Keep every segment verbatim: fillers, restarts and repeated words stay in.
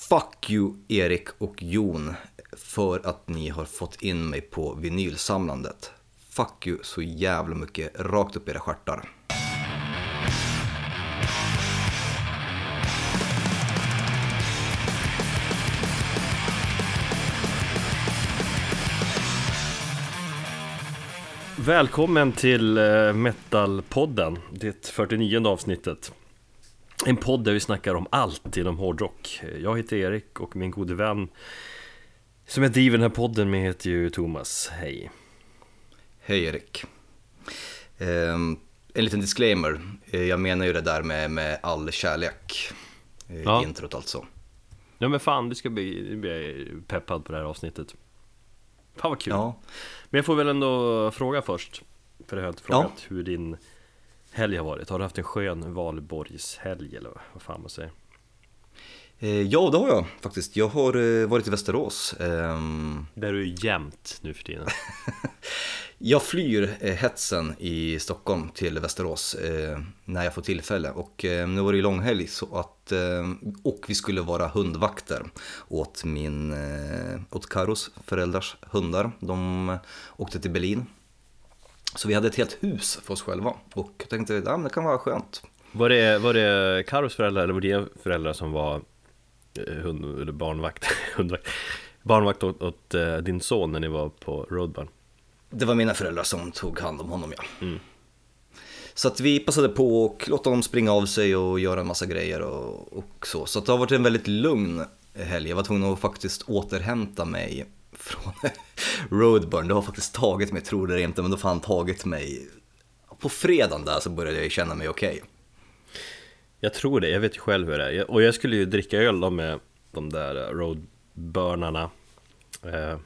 Fuck you Erik och Jon för att ni har fått in mig på vinylsamlandet. Fuck you så jävla mycket rakt upp era stjärtar. Välkommen till Metalpodden, det fyrtionionde avsnittet. En podd där vi snackar om allt inom hårdrock. Jag heter Erik och min gode vän som jag driver den här podden med heter ju Thomas. Hej. Hej Erik. Um, en liten disclaimer. Jag menar ju det där med, med all kärlek. Ja. Introt alltså. Ja men fan, du ska bli, bli peppad på det här avsnittet. Fan vad kul. Ja. Men jag får väl ändå fråga först, för det har jag inte frågat, ja. Hur din helg har varit. Har du haft en skön valborgshelg eller vad fan man säger? Eh, ja, det har jag faktiskt. Jag har eh, varit i Västerås. Ehm... Där är du jämt nu för tiden. Jag flyr eh, hetsen i Stockholm till Västerås eh, när jag får tillfälle. Och eh, nu var det ju långhelg så att, eh, och vi skulle vara hundvakter åt min eh, åt Karos föräldrars hundar. De eh, åkte till Berlin. Så vi hade ett helt hus för oss själva. Och jag tänkte att ja, det kan vara skönt. Var det, var det Karos föräldrar eller var det föräldrar som var eh, hund, eller barnvakt, hundvakt, barnvakt åt, åt eh, din son när ni var på roadburn? Det var mina föräldrar som tog hand om honom, ja. Mm. Så att vi passade på och låta dem springa av sig och göra en massa grejer och, och så. Så att det har varit en väldigt lugn helg. Jag var tvungen att faktiskt återhämta mig från roadburn. Det har faktiskt tagit mig, tror det inte, men då har fan tagit mig. På fredagen där så började jag känna mig okej. Okay. Jag tror det, jag vet ju själv hur det är. Och jag skulle ju dricka öl då med de där roadburnarna. Eh.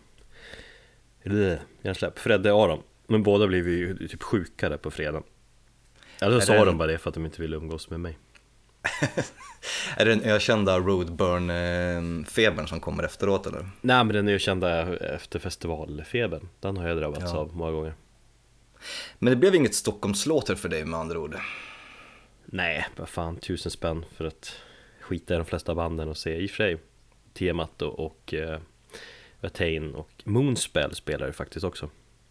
Jag släpp Fredde och Aron. Men båda blev ju typ sjukare på fredagen. Eller så sa en... de bara det för att de inte ville umgås med mig. Är det den ökända roadburn-febern som kommer efteråt eller? Nej, men den ökända efter festivalfebern. Den har jag drabbats ja. av många gånger. Men det blev inget Stockholmslåter för dig med andra ord? Nej, vad fan, tusen spänn för att skita i de flesta banden och se i och för sig temat och, och eh, Watain och Moonspell spelar ju faktiskt också.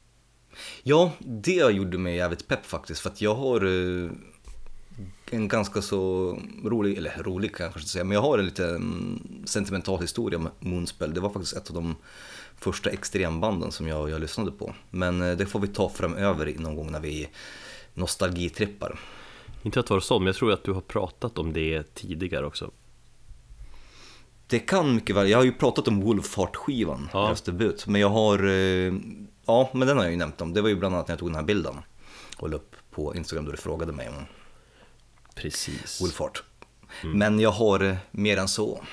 Ja, det gjorde mig jävligt pepp faktiskt. För att jag har uh, en ganska så rolig, eller rolig kanske inte säga, men jag har en lite um, sentimental historia med Moonspell. Det var faktiskt ett av de första extrembanden som jag, jag lyssnade på. Men uh, det får vi ta framöver någon gång när vi nostalgitrippar. Inte att vara så, men jag tror att du har pratat om det tidigare också. Det kan mycket väl, jag har ju pratat om Wolfheart-skivan, ja. Deras debut, men jag har, ja men den har jag ju nämnt om, det var ju bland annat när jag tog den här bilden och la upp på Instagram då du frågade mig om Precis. Wolfheart. Mm. Men jag har mer än så.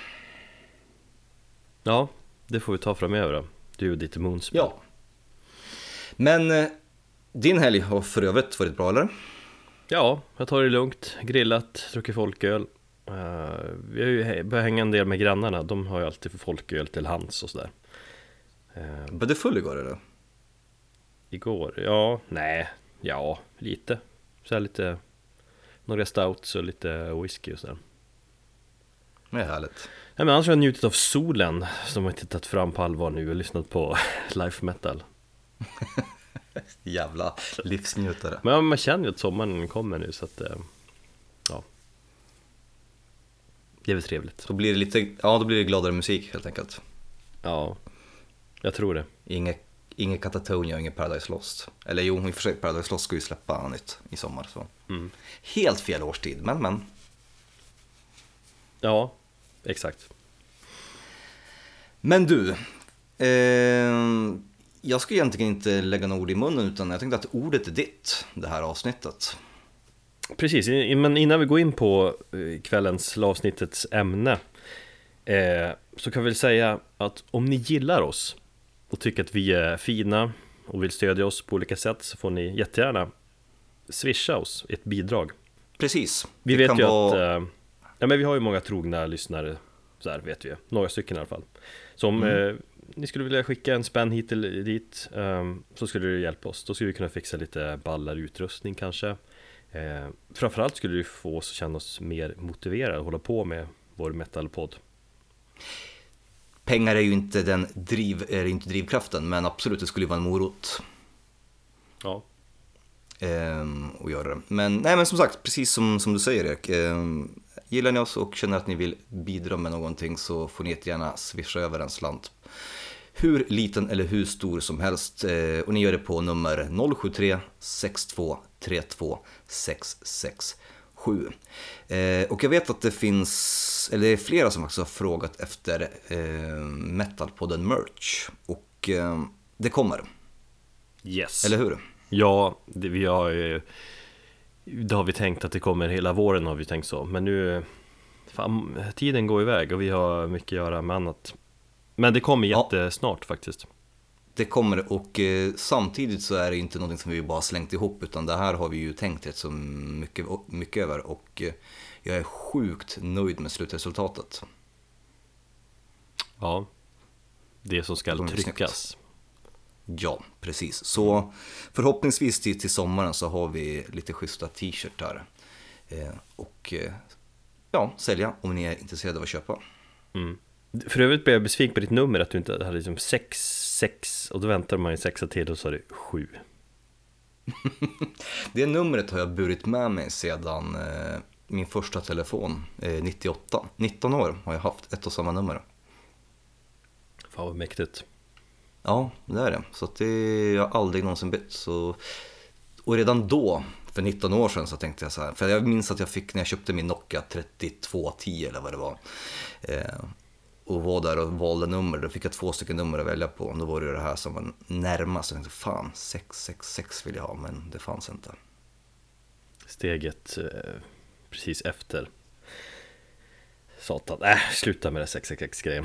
Ja, det får vi ta framöver då, du och ditt Moonspell. Ja. Men din helg har för övrigt varit bra eller? Ja, jag tar det lugnt, grillat, druckit folköl. Uh, vi har ju börjat hänga en del med grannarna. De har ju alltid för folköl till hands och sådär. uh, Var det full igår eller? Igår? Ja, nej, ja, lite. Så här lite, några stouts och lite whisky och sådär. Det är härligt. Nej, men annars har jag njutit av solen som har tittat fram på allvar nu och lyssnat på live metal. Jävla livsnjutare. Men ja, man känner ju att sommaren kommer nu så att uh, ja. Det är väl trevligt. Då blir det lite, ja då blir det gladare musik helt enkelt. Ja, jag tror det. Inget, inget Katatonia och inget Paradise Lost. Eller jo, i och för sig Paradise Lost ska ju släppa nytt i sommar så. Mm. Helt fel årstid, men men. Ja, exakt. Men du, eh, jag ska egentligen inte lägga några ord i munnen utan jag tänkte att ordet är ditt, det här avsnittet. Precis, men innan vi går in på kvällens avsnittets ämne eh, så kan vi väl säga att om ni gillar oss och tycker att vi är fina och vill stödja oss på olika sätt så får ni jättegärna swisha oss ett bidrag. Precis. Vi det vet ju vara... att eh, ja, men vi har ju många trogna lyssnare så här vet vi, några stycken i alla fall. Så om mm. eh, ni skulle vilja skicka en spänn hit eller dit eh, så skulle det hjälpa oss. Då skulle vi kunna fixa lite ballar utrustning kanske. Eh, framförallt skulle det få oss att känna oss mer motiverade att hålla på med vår metalpodd. Pengar är ju inte den driv, är inte drivkraften, men absolut, det skulle ju vara en morot. Ja. Ehm, och göra det. Men, nej, men som sagt, precis som, som du säger Erik, ehm, gillar ni oss och känner att ni vill bidra med någonting så får ni gärna swisha över en slant. Hur liten eller hur stor som helst, eh, och ni gör det på nummer noll sju tre sex två tre två sex sex sju. Eh, och jag vet att det finns, eller det är flera som också har frågat efter eh, Metalpodden merch, och eh, det kommer. Yes. Eller hur? Ja, det, vi har ju, det har vi tänkt att det kommer hela våren, har vi tänkt så. Men nu, fan, tiden går iväg och vi har mycket att göra med annat. Men det kommer jättesnart, ja, faktiskt. Det kommer, och eh, samtidigt så är det inte något som vi bara slängt ihop, utan det här har vi ju tänkt rätt så mycket, mycket över, och eh, jag är sjukt nöjd med slutresultatet. Ja, det som ska tryckas. Ja, precis. Så förhoppningsvis till, till sommaren så har vi lite schyssta t-shirtar eh, och eh, ja, sälja om ni är intresserade av att köpa. Mm. För övrigt blev jag besviken på ditt nummer, att du inte hade liksom sex, sex, och då väntar man ju sexa till och så är det sju. Det numret har jag burit med mig sedan eh, min första telefon, eh, nittioåtta. nitton år har jag haft ett och samma nummer. Fan vad mäktigt. Ja, det är det. Så att det jag har aldrig någonsin bytt. Så... Och redan då, för nitton år sedan, så tänkte jag så här. För jag minns att jag fick när jag köpte min Nokia trettiotvå tio eller vad det var. Eh, och var där och valde nummer. Då fick jag två stycken nummer att välja på. Och då var det det här som var närmast. Jag tänkte, fan, sex sex sex vill jag ha, men det fanns inte. Steget eh, precis efter. Satan, äh, sluta med det sex sex sex-grejen.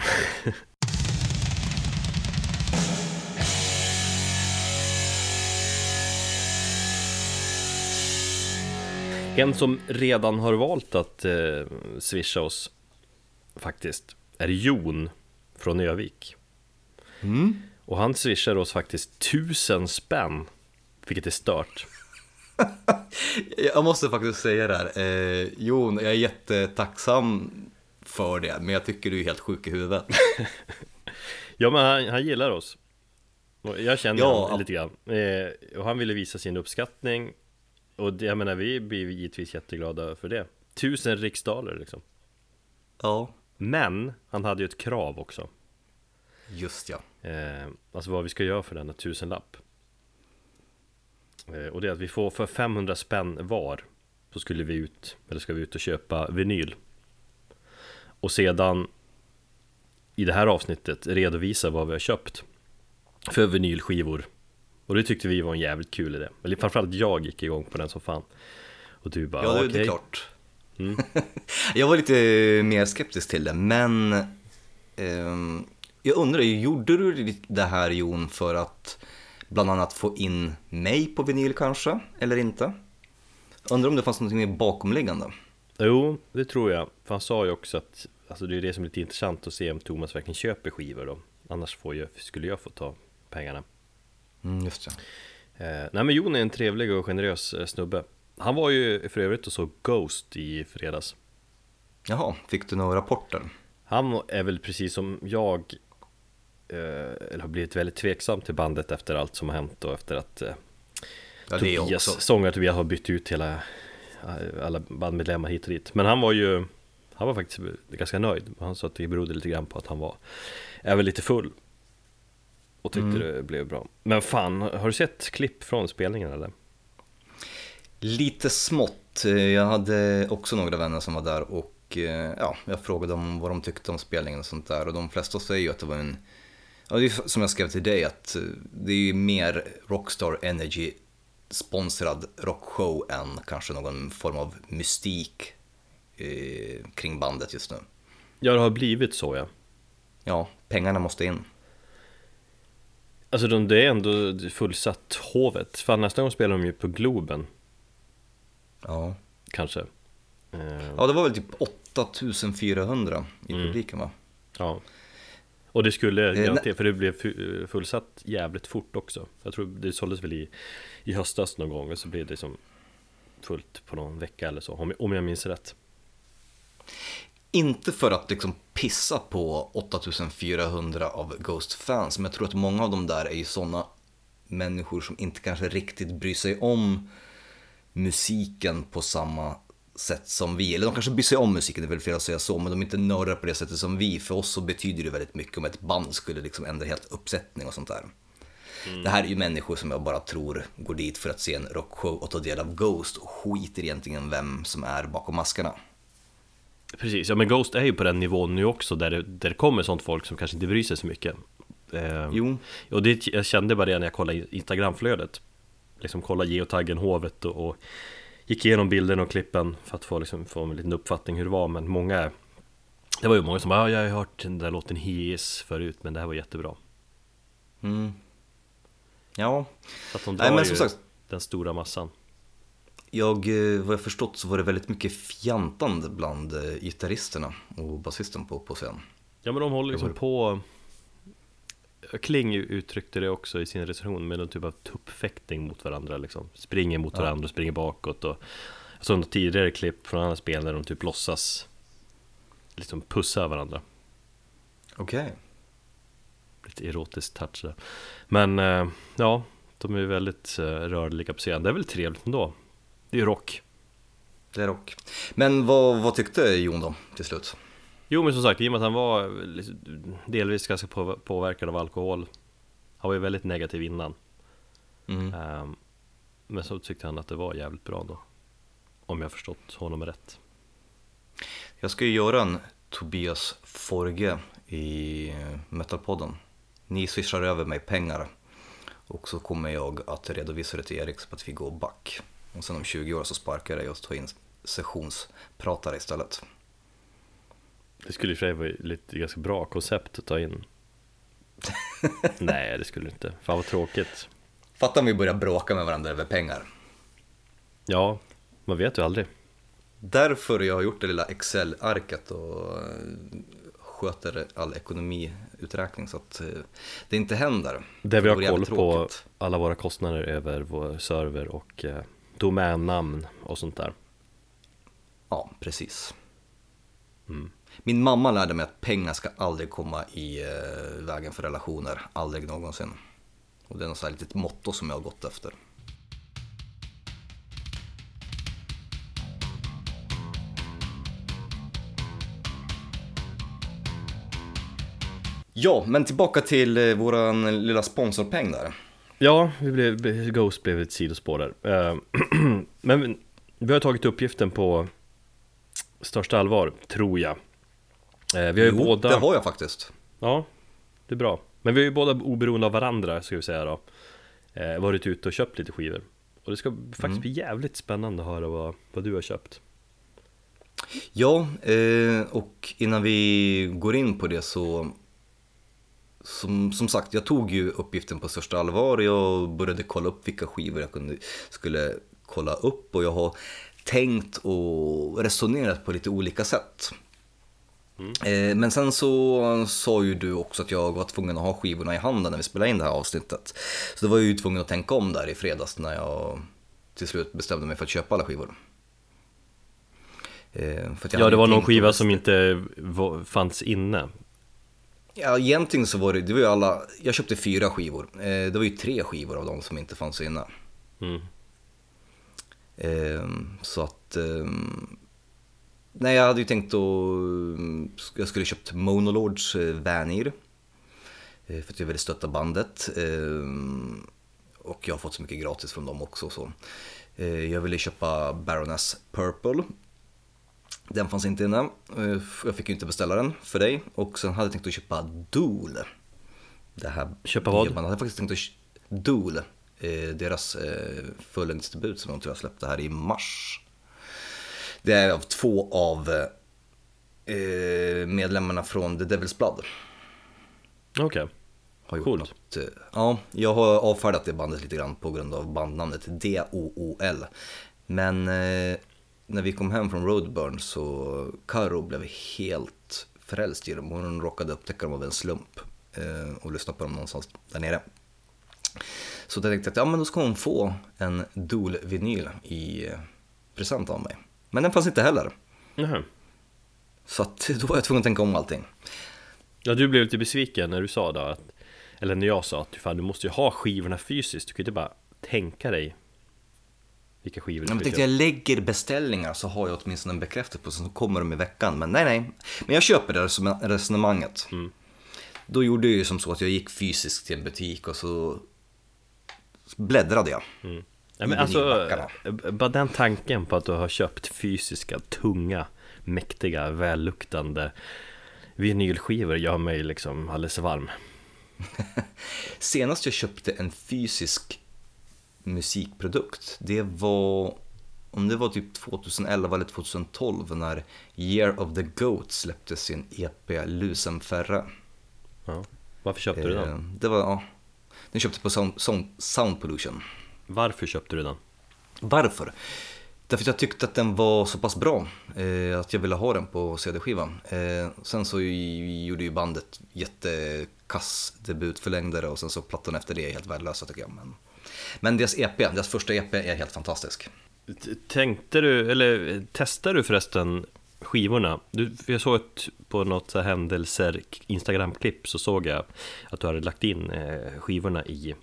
En som redan har valt att eh, swisha oss faktiskt är Jon från Övik. Mm. Och han swishar oss faktiskt tusen spänn, vilket är stört. Jag måste faktiskt säga det här. Eh, Jon, jag är jättetacksam för det, men jag tycker du är helt sjuk i huvudet. Ja, men han, han gillar oss. Och jag känner ja, honom lite grann. Eh, och han ville visa sin uppskattning. Och det, jag menar, vi blir givetvis jätteglada för det. Tusen riksdaler liksom. Ja. Men han hade ju ett krav också. Just ja. Eh, alltså vad vi ska göra för denna tusenlapp. Eh, och det är att vi får för femhundra spänn var, så skulle vi ut, eller ska vi ut och köpa vinyl. Och sedan i det här avsnittet redovisa vad vi har köpt för vinylskivor. Och det tyckte vi var en jävligt kul idé. Eller framförallt jag gick igång på den som fan. Och du bara, ja, det, okej. det är klart. Mm. Jag var lite mer skeptisk till det, men eh, jag undrar, gjorde du det här, Jon, för att bland annat få in mig på vinyl kanske, eller inte? Undrar om det fanns något mer bakomliggande. Jo, det tror jag. För han sa ju också att alltså det är det som är lite intressant att se om Thomas verkligen köper skivor då. Annars får jag, skulle jag få ta pengarna. Mm, just det. Eh, nej, men Jon är en trevlig och generös eh, snubbe. Han var ju för övrigt och så Ghost i fredags. Jaha, fick du några rapporter? Han är väl precis som jag eh, eller har blivit väldigt tveksam till bandet efter allt som har hänt och efter att eh, ja, Tobias, sångare Tobias har bytt ut hela alla bandmedlemmar hit och dit. Men han var ju han var faktiskt ganska nöjd. Han sa att det berodde lite grann på att han var även lite full och tyckte mm. det blev bra. Men fan, har du sett klipp från spelningen eller? Lite smått. Jag hade också några vänner som var där och ja, jag frågade dem vad de tyckte om spelningen och sånt där, och de flesta säger ju att det var en, ja, det är som jag skrev till dig, att det är ju mer Rockstar Energy sponsrad rockshow än kanske någon form av mystik eh, kring bandet just nu. Ja, det har blivit så, ja. Ja, pengarna måste in. Alltså de, det är ändå fullsatt hovet. För nästa gång spelar de ju på Globen. Ja. Kanske. Ja, det var väl typ åtta tusen fyrahundra i mm. publiken, va? Ja. Och det skulle eh, garantera, för det blev fullsatt jävligt fort också. Jag tror det såldes väl i, i höstas någon gång, och så blev det som fullt på någon vecka eller så, om, om jag minns rätt. Inte för att liksom pissa på åttatusenfyrahundra av Ghost-fans, men jag tror att många av dem där är ju sådana människor som inte kanske riktigt bryr sig om musiken på samma sätt som vi. Eller de kanske bryr sig om musiken, det är väl fel att säga så, men de är inte nördar på det sättet som vi. För oss så betyder det väldigt mycket om ett band skulle liksom ändra helt uppsättning och sånt där. Mm. Det här är ju människor som jag bara tror går dit för att se en rockshow och ta del av Ghost och skiter egentligen vem som är bakom maskerna. Precis, ja men Ghost är ju på den nivån nu också där det, där det kommer sånt folk som kanske inte bryr sig så mycket. eh, Jo. Och det, jag kände bara det när jag kollade Instagramflödet. Liksom kolla geotaggen hovet och, och gick igenom bilden och klippen för att få, liksom, få en liten uppfattning hur det var. Men många, det var ju många som bara, ja, jag har hört den där låten He Is förut, men det här var jättebra. Mm. Ja. Så att de drar Nej, men ju som sagt, den stora massan. Jag, vad jag förstått så var det väldigt mycket fjantande bland gitarristerna och basisten på, på scen. Ja men de håller liksom på. Kling uttryckte det också i sin recension med någon typ av tuppfäktning mot varandra liksom. Springer mot varandra ja. Och springer bakåt och så något tidigare klipp från andra spel där de typ låtsas liksom pussa varandra. Okej. Okay. Lite erotisk touch där. Men ja, de är ju väldigt rörliga på scen. Det är väl trevligt ändå. Det är rock. Det är rock. Men vad, vad tyckte Jon då till slut? Jo men som sagt, i och med att han var delvis ganska påverkad av alkohol. Han var ju väldigt negativ innan. Mm. um, Men så tyckte han att det var jävligt bra då. Om jag förstått honom rätt. Jag ska ju göra en Tobias Forge i Metalpodden. Ni swishar över mig pengar. Och så kommer jag att redovisa det till Erik så att vi går back. Och sen om tjugo år så sparkar jag och tar in sessionspratare istället. Det skulle i och för sig vara lite ganska bra koncept att ta in. Nej, det skulle inte. Fan vad tråkigt. Fattar om vi börjar bråka med varandra över pengar. Ja, man vet ju aldrig. Därför jag har gjort det lilla Excel-arket och sköter all ekonomiuträkning så att det inte händer. Där vi har koll på alla våra kostnader över vår server och eh, domännamn och sånt där. Ja, precis. Mm. Min mamma lärde mig att pengar ska aldrig komma i eh, vägen för relationer. Aldrig någonsin. Och det är något så här litet motto som jag har gått efter. Ja, men tillbaka till eh, våran lilla sponsorpeng där. Ja, vi blev, Ghost blev ett sidospår där. Uh, men vi har tagit uppgiften på största allvar, tror jag. Uh, vi har ju jo, båda... det har jag faktiskt. Ja, det är bra. Men vi har ju båda oberoende av varandra, ska vi säga då. Uh, varit ute och köpt lite skivor. Och det ska faktiskt mm. bli jävligt spännande att höra vad, vad du har köpt. Ja, eh, och innan vi går in på det så... Som, som sagt, jag tog ju uppgiften på största allvar. Jag började kolla upp vilka skivor jag kunde, skulle kolla upp. Och jag har tänkt och resonerat på lite olika sätt. Mm. Eh, men sen så sa ju du också att jag var tvungen att ha skivorna i handen när vi spelade in det här avsnittet. Så då var jag ju tvungen att tänka om där i fredags när jag till slut bestämde mig för att köpa alla skivor. Eh, för att jag ja, det var någon skiva som inte var, fanns inne. Ja, egentligen så var det, det var ju alla, jag köpte fyra skivor. Eh, det var ju tre skivor av dem som inte fanns inne. Mm. Eh, så att, eh, nej jag hade ju tänkt att, jag skulle köpt Monolords eh, Vanir. Eh, för att jag ville stötta bandet. Eh, och jag har fått så mycket gratis från dem också. Så. Eh, jag ville köpa Baroness Purple. Den fanns inte inne. Jag fick ju inte beställa den för dig. Och sen hade jag tänkt att köpa Dool. Det här köpa vad? Jag hade faktiskt tänkt att Dool, deras fullängdsdebut som de tror jag släppte här i mars. Det är av två av medlemmarna från The Devil's Blood. Okej, okay. Coolt. Något, ja, jag har avfärdat det bandet lite grann på grund av bandnamnet D O O L. Men när vi kom hem från Roadburn så Karo blev helt frälst i dem. Hon råkade upptäcka dem av en slump eh, och lyssna på dem någonstans där nere. Så jag tänkte att ja, men då ska hon få en Dool-vinyl i present av mig. Men den fanns inte heller. Mm. Så att då var jag tvungen att tänka om allting. Ja, du blev lite besviken när du sa då att, eller när jag sa att fan, du måste ju ha skivorna fysiskt. Du kan ju inte bara tänka dig vilka skivor du Jag ska tänkte köpa. jag lägger beställningar så har jag åtminstone en bekräftelse på så kommer de i veckan. Men nej, nej. Men jag köper det som resonemanget. Mm. Då gjorde jag ju som så att jag gick fysiskt till en butik och så bläddrade jag. Mm. Ja, men alltså, bara den tanken på att du har köpt fysiska, tunga, mäktiga, välluktande vinylskivor gör mig liksom alldeles varm. Senast jag köpte en fysisk musikprodukt, det var, om det var typ tjugoelva eller tjugotolv när Year of the Goat släppte sin E P Lucenferre. Ja. Varför köpte du den? Eh, det var, ja, den köpte på Sound, Sound, Sound Pollution. Varför köpte du den? Varför? Därför att jag tyckte att den var så pass bra eh, att jag ville ha den på C D-skivan. Eh, sen så gjorde ju bandet jättekass debutförlängdare och sen så plattan efter det är helt värdelösa tycker jag. Men, men deras E P, deras första E P är helt fantastisk. Tänkte du, eller testade du förresten skivorna? Du, jag såg ett, på något så här händelser Instagram-klipp så såg jag att du hade lagt in eh, skivorna i,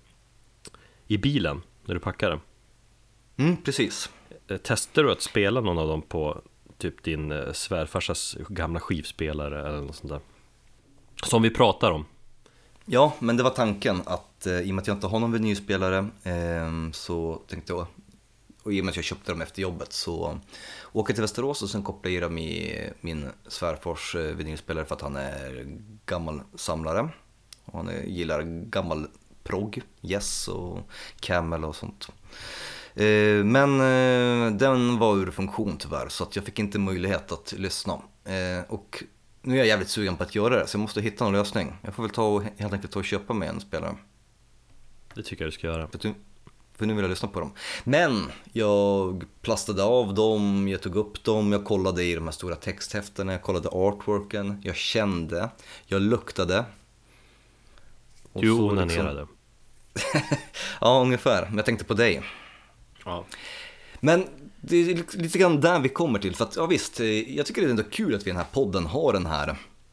i bilen när du packade. Mm, precis. Testar du att spela någon av dem på typ din eh, svärfarsas gamla skivspelare eller något sånt där? Som vi pratar om. Ja, men det var tanken att eh, i och med att jag inte har någon vinylspelare eh, så tänkte jag, och i och med att jag köpte dem efter jobbet så åker till Västerås och sen kopplar jag i dem i min svärfars eh, vinylspelare för att han är gammal samlare. Och han är, gillar gammal prog, Yes och Camel och sånt. Eh, men eh, den var ur funktion tyvärr så att jag fick inte möjlighet att lyssna. Eh, och nu är jag jävligt sugen på att göra det så jag måste hitta en lösning. Jag får väl ta och, helt enkelt ta och köpa mig en spelare. Det tycker jag du ska göra. För, du, för nu vill jag lyssna på dem. Men jag plastade av dem, jag tog upp dem, jag kollade i de här stora texthäfterna, jag kollade artworken, jag kände, jag luktade. Och Du så onanerade. Liksom... ja, ungefär. Men jag tänkte på dig. Ja. Men det är lite grann där vi kommer till. För att, ja visst, jag tycker det är ändå kul att vi i den här podden har den här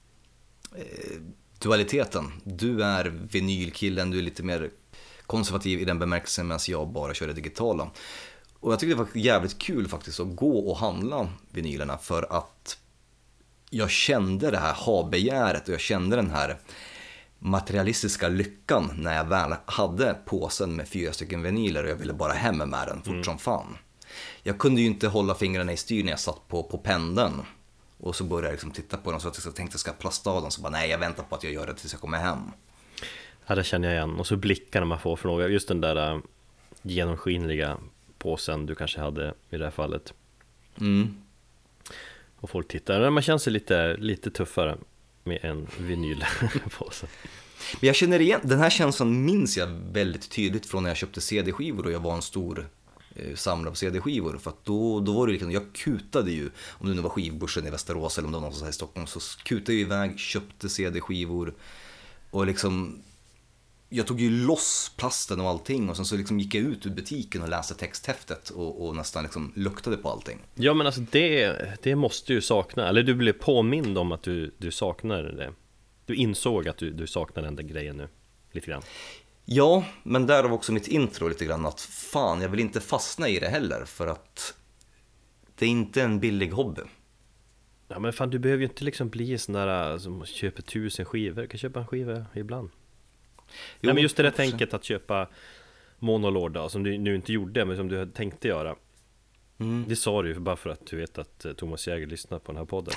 eh, dualiteten. Du är vinylkillen, du är lite mer konservativ i den bemärkelsen medan jag bara kör det digitala. Och jag tycker det var jävligt kul faktiskt att gå och handla vinylerna för att jag kände det här ha-begäret och jag kände den här materialistiska lyckan när jag väl hade påsen med fyra stycken vinyler och jag ville bara hem med den fort mm. som fan. Jag kunde ju inte hålla fingrarna i styr när jag satt på, på pendeln och så började jag liksom titta på dem så att jag tänkte att jag ska plasta av dem så bara nej jag väntar på att jag gör det tills jag kommer hem. Ja, det känner jag igen. Och så blickarna man får från just den där uh, genomskinliga påsen du kanske hade i det här fallet. Mm. Och folk tittar, man känner sig lite, lite tuffare med en vinylpåse. Men jag känner igen, den här känslan minns jag väldigt tydligt från när jag köpte C D-skivor och jag var en stor eh, samlare på C D-skivor. För att då, då var det liksom, jag kutade ju, om det nu var skivbörsen i Västerås eller om det var någonstans här i Stockholm, så kutade jag iväg, köpte C D-skivor och liksom jag tog ju loss plasten och allting och sen så liksom gick jag ut ur butiken och läste texthäftet och, och nästan liksom luktade på allting. Ja men alltså det, det måste du sakna, eller du blev påmind om att du, du saknar det. Du insåg att du, du saknar den där grejen nu, lite grann. Ja, men där var också mitt intro lite grann att fan, jag vill inte fastna i det heller för att det är inte en billig hobby. Ja men fan, du behöver ju inte liksom bli sån där som köper tusen skivor, du kan köpa en skiva ibland. Jo, nej, men just det där också. Tänket att köpa Monolord då, som du nu inte gjorde men som du tänkte göra. Mm. Det sa du ju bara för att du vet att Thomas Jäger lyssnar på den här podden.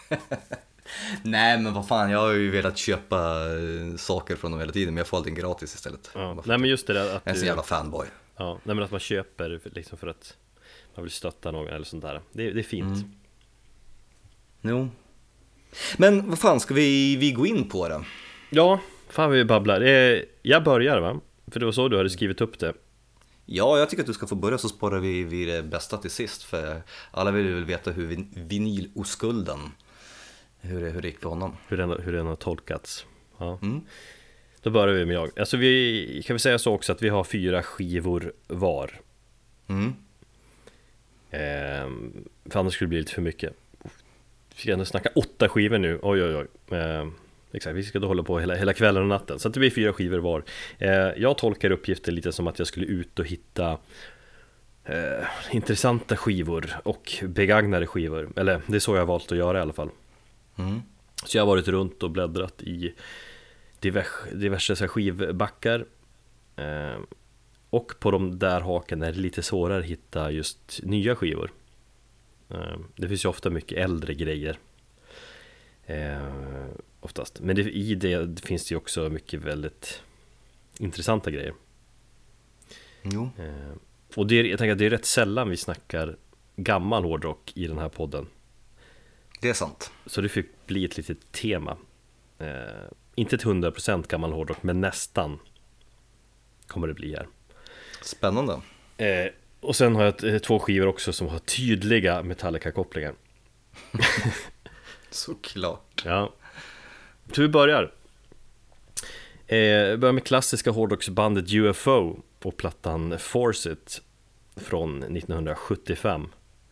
Nej men vad fan, jag har ju velat köpa saker från dem hela tiden men jag får allting gratis istället. Ja. Nej men just det där att jag är en du... så jävla fanboy. Ja, nej men att man köper liksom för att man vill stötta någon eller sånt där. Det, det är fint. Mm. Jo. Men vad fan, ska vi, vi gå in på det? Ja, fan vi babblar. Jag börjar va? För det var så du hade skrivit upp det. Ja, jag tycker att du ska få börja så sparar vi, vi det bästa till sist. För alla vill väl veta hur vin, vinyloskulden, hur det, hur det gick för honom. Hur den, hur den har tolkats. Ja. Mm. Då börjar vi med jag. Alltså vi kan vi säga så också att vi har fyra skivor var. Mm. Ehm, för annars skulle det bli lite för mycket. vi ska ändå snacka åtta skivor nu. Oj oj oj. Eh, exakt, vi ska då hålla på hela, hela kvällen och natten. Så att det blir fyra skivor var. eh, Jag tolkar uppgiften lite som att jag skulle ut och hitta eh, intressanta skivor och begagnade skivor. Eller det är så jag har valt att göra i alla fall. Mm. Så jag har varit runt och bläddrat i diverse, diverse så här skivbackar. eh, Och på de där haken är det lite svårare att hitta just nya skivor. eh, Det finns ju ofta mycket äldre grejer, eh, oftast. Men det, i det finns det ju också mycket väldigt intressanta grejer. Jo. eh, Och det, jag tänker att det är rätt sällan vi snackar gammal hårdrock i den här podden. Det är sant. Så det fick bli ett litet tema. eh, Inte till hundra procent gammal hårdrock, men nästan kommer det bli här. Spännande. eh, Och sen har jag ett, två skivor också som har tydliga Metallica-kopplingar. Såklart. Ja. Så vi börjar. eh, Börjar med klassiska hårdrocksbandet U F O på plattan Force It från nittonhundrasjuttiofem.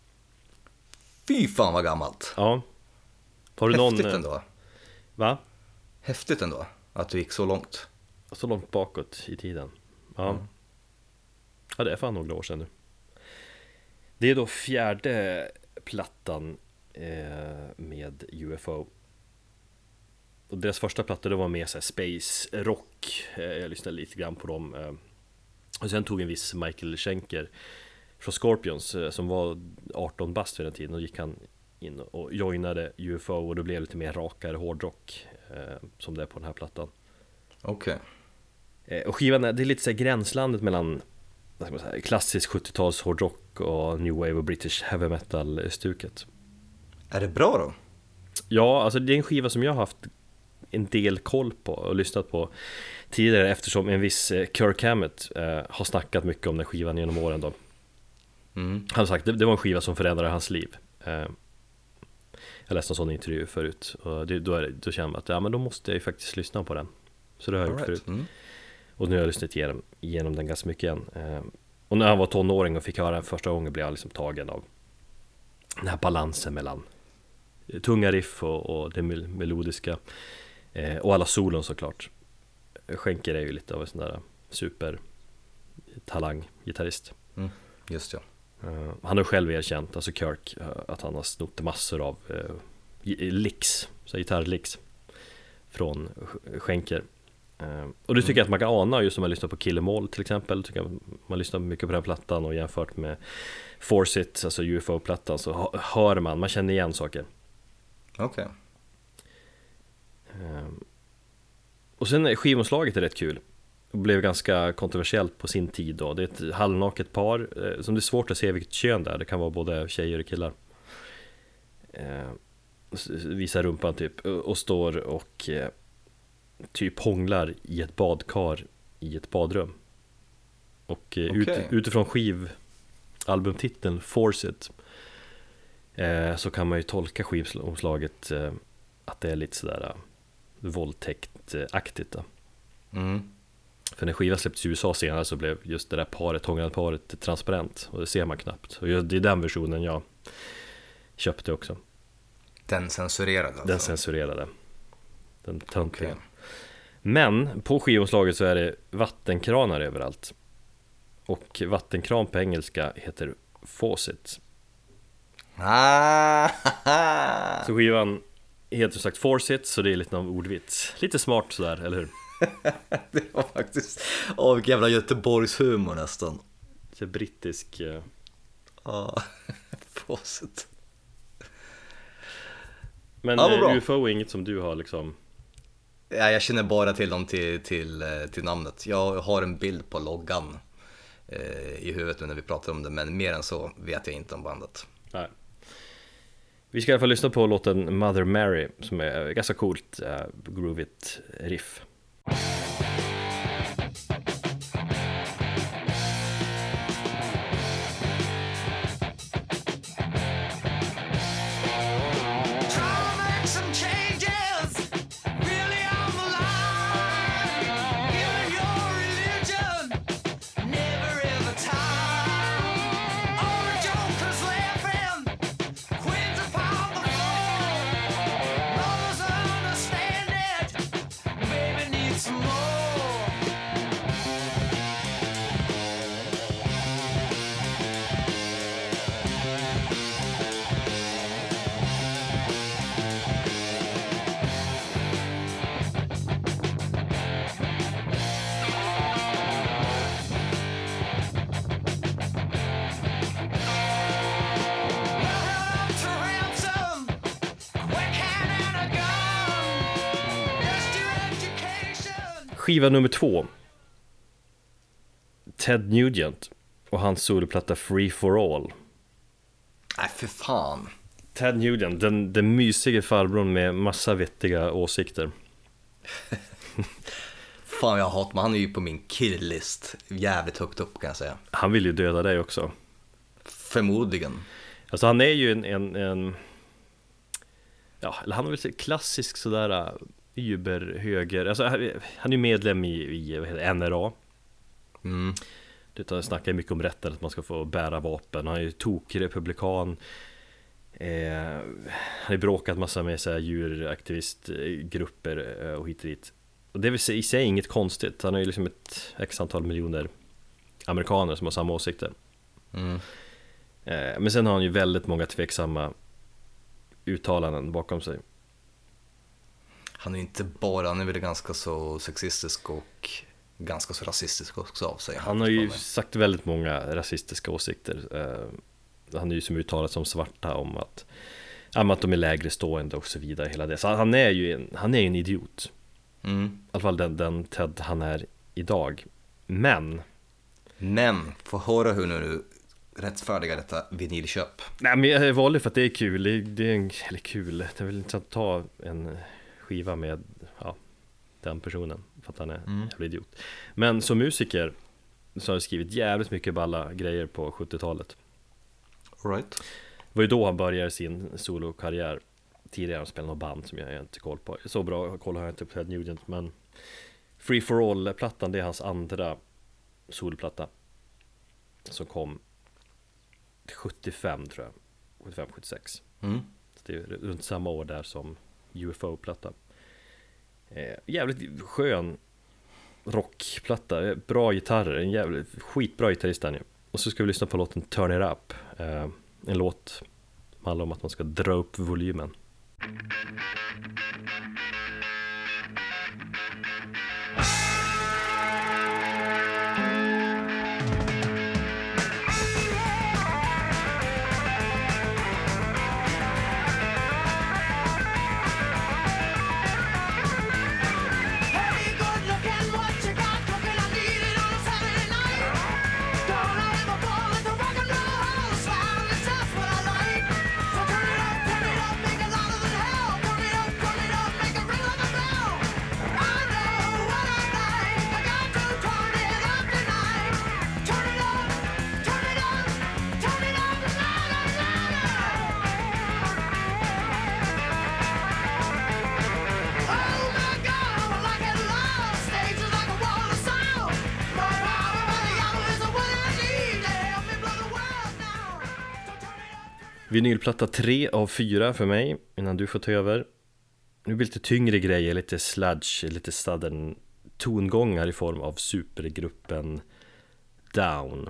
Fy fan vad gammalt. Ja. Har du Häftigt någon... ändå. Va? Häftigt ändå att du gick så långt. Så långt bakåt i tiden. Ja. Mm. Ja, det är fan några år sedan nu. Det är då fjärde plattan eh, med U F O. Och deras första platta, det var med så här space rock. eh, Jag lyssnade lite grann på dem. eh. Och sen tog en viss Michael Schenker från Scorpions, eh, som var arton bast vid den tiden. Och gick han in och joinade U F O, och det blev lite mer rakare hårdrock, eh, som det är på den här plattan. Okej. Eh, Och skivan är, det är lite så här gränslandet mellan, vad ska man säga, klassisk sjuttio-tals hårdrock och new wave och British heavy metal-stuket. Är det bra då? Ja, alltså det är en skiva som jag har haft en del koll på och lyssnat på tidigare, eftersom en viss eh, Kirk Hammett eh, har snackat mycket om den skivan genom åren då. Mm. Han har sagt det, det var en skiva som förändrade hans liv. eh, Jag läste en sån intervju förut, och det, då, är det, då känner man att ja, men då måste jag ju faktiskt lyssna på den. Så det har jag All gjort right. förut. Mm. Och nu har jag lyssnat igenom, igenom den ganska mycket igen. eh, Och när han var tonåring och fick höra den första gången blev jag liksom tagen av den här balansen mellan tunga riff och, och det mel- melodiska, eh, och alla solon såklart. Schenker är ju lite av en sån där super talang gitarrist. Mm. Just ja. eh, Han har själv erkänt, alltså Kirk, eh, att han har snott massor av eh, licks, så gitarrlicks från Schenker. Uh, och det tycker jag att man kan ana just om man lyssnar på Kill 'Em All till exempel. Tycker jag man lyssnar mycket på den plattan, och jämfört med Force It, alltså U F O-plattan, så hör man, man känner igen saker. Okej. uh, Och sen är skivomslaget är rätt kul och blev ganska kontroversiellt på sin tid då. Det är ett halvnaket par, uh, som det är svårt att se vilket kön där. Det kan vara både tjejer och killar. uh, Visar rumpan typ, och står och uh, typ hånglar i ett badkar i ett badrum. Och eh, okay. ut, utifrån skivalbumtiteln Force It, eh, så kan man ju tolka skivomslaget eh, att det är lite sådär eh, våldtäktaktigt då. Mm. För när skivan släpptes i U S A senare så blev just det där paret, hånglande paret, transparent, och det ser man knappt. Och det är den versionen jag köpte också. Den censurerade alltså. Den censurerade. Den töntiga. Okay. Men på skivomslaget så är det vattenkranar överallt. Och vattenkran på engelska heter faucet. Ah, så skivan heter som sagt Faucet, så det är lite någon ordvits. Lite smart sådär, eller hur? Det var faktiskt åh, vilken jävla Göteborgs humor nästan. Lite brittisk. Ja, ah, faucet. Men ja, U F O är inget som du har liksom. Ja, jag känner bara till dem till, till, till namnet. Jag har en bild på loggan eh, i huvudet när vi pratar om det, men mer än så vet jag inte om bandet. Nej. Vi ska i alla fall lyssna på låten Mother Mary, som är ganska coolt, uh, groovigt riff. Skiva nummer två, Ted Nugent och hans soloplatta Free for All. Nej, för fan. Ted Nugent, den, den mysiga farbrorn med massa vettiga åsikter. Fan, jag hatar, men han är ju på min killlist jävligt högt upp, kan jag säga. Han vill ju döda dig också. Förmodligen. Alltså han är ju en, en, en ja, eller han är väl klassisk sådär überhöger. Alltså han är ju medlem i, i vad heter det, N R A. Mm. Det snackar mycket om rätten att man ska få bära vapen. Han är ju tokrepublikan. Eh, han har bråkat massa med så här djuraktivistgrupper eh, och hit och dit. Och det är väl i sig inget konstigt. Han har ju liksom ett x antal miljoner amerikaner som har samma åsikter. Mm. eh, Men sen har han ju väldigt många tveksamma uttalanden bakom sig. Han är inte bara, han är väl ganska så sexistisk och ganska så rasistisk också av sig. Han har ju sagt väldigt många rasistiska åsikter. eh, Han är ju som uttalat som svarta om att, om att de är lägre stående och så vidare, hela det. Så han är ju en, han är en idiot. Mm. I alla fall den, den Ted han är idag. Men Men, få höra hur nu du rättfärdigar detta vinylköp. nej, men jag är vanlig för att det är kul. Det är, det är en, eller kul, det är väl inte att ta en skiva med ja, den personen för att han är Mm. en jävla idiot. Men som musiker så har jag skrivit jävligt mycket balla grejer på sjuttiotalet. Right. Det var ju då han började sin solokarriär. Tidigare han spelade något band som jag inte koll på. Så bra koll har jag inte på Ted Nugent. Men Free for All-plattan, det är hans andra solplatta som kom sjuttiofem tror jag. sjuttiofem sjuttiosex. Mm. Så det är runt samma år där som U F O-platta. eh, Jävligt skön rockplatta. Bra gitarrer. En jävligt skitbra gitarrist där nu. Och så ska vi lyssna på låten Turn It Up. eh, En låt som handlar om att man ska dra upp volymen. Vinylplatta tre av fyra för mig innan du får ta över. Nu blir det lite tyngre grejer, lite sludge, lite sudden tongångar i form av supergruppen Down.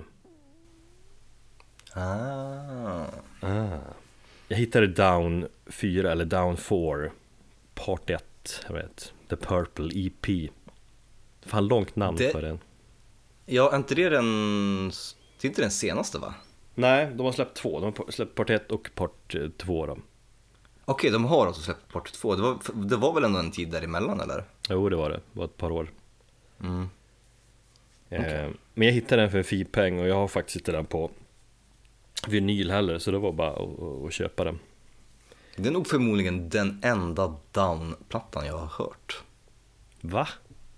Ah. Ah. Jag hittade Down fyra eller Down fyra part ett, jag vet, The Purple E P. Fan långt namn det... för den. Ja, inte det den, det är inte den senaste va? Nej, de har släppt två. De har släppt part ett och part två då. Okej, de har alltså släppt part två. Det var, det var väl ändå en tid däremellan eller? Jo, det var det. Det var ett par år. Mm. Eh, Okay. Men jag hittade den för en fipeng och jag har faktiskt inte den på vinyl heller, så det var bara att, att, att köpa den. Det är nog förmodligen den enda Down-plattan jag har hört. Va?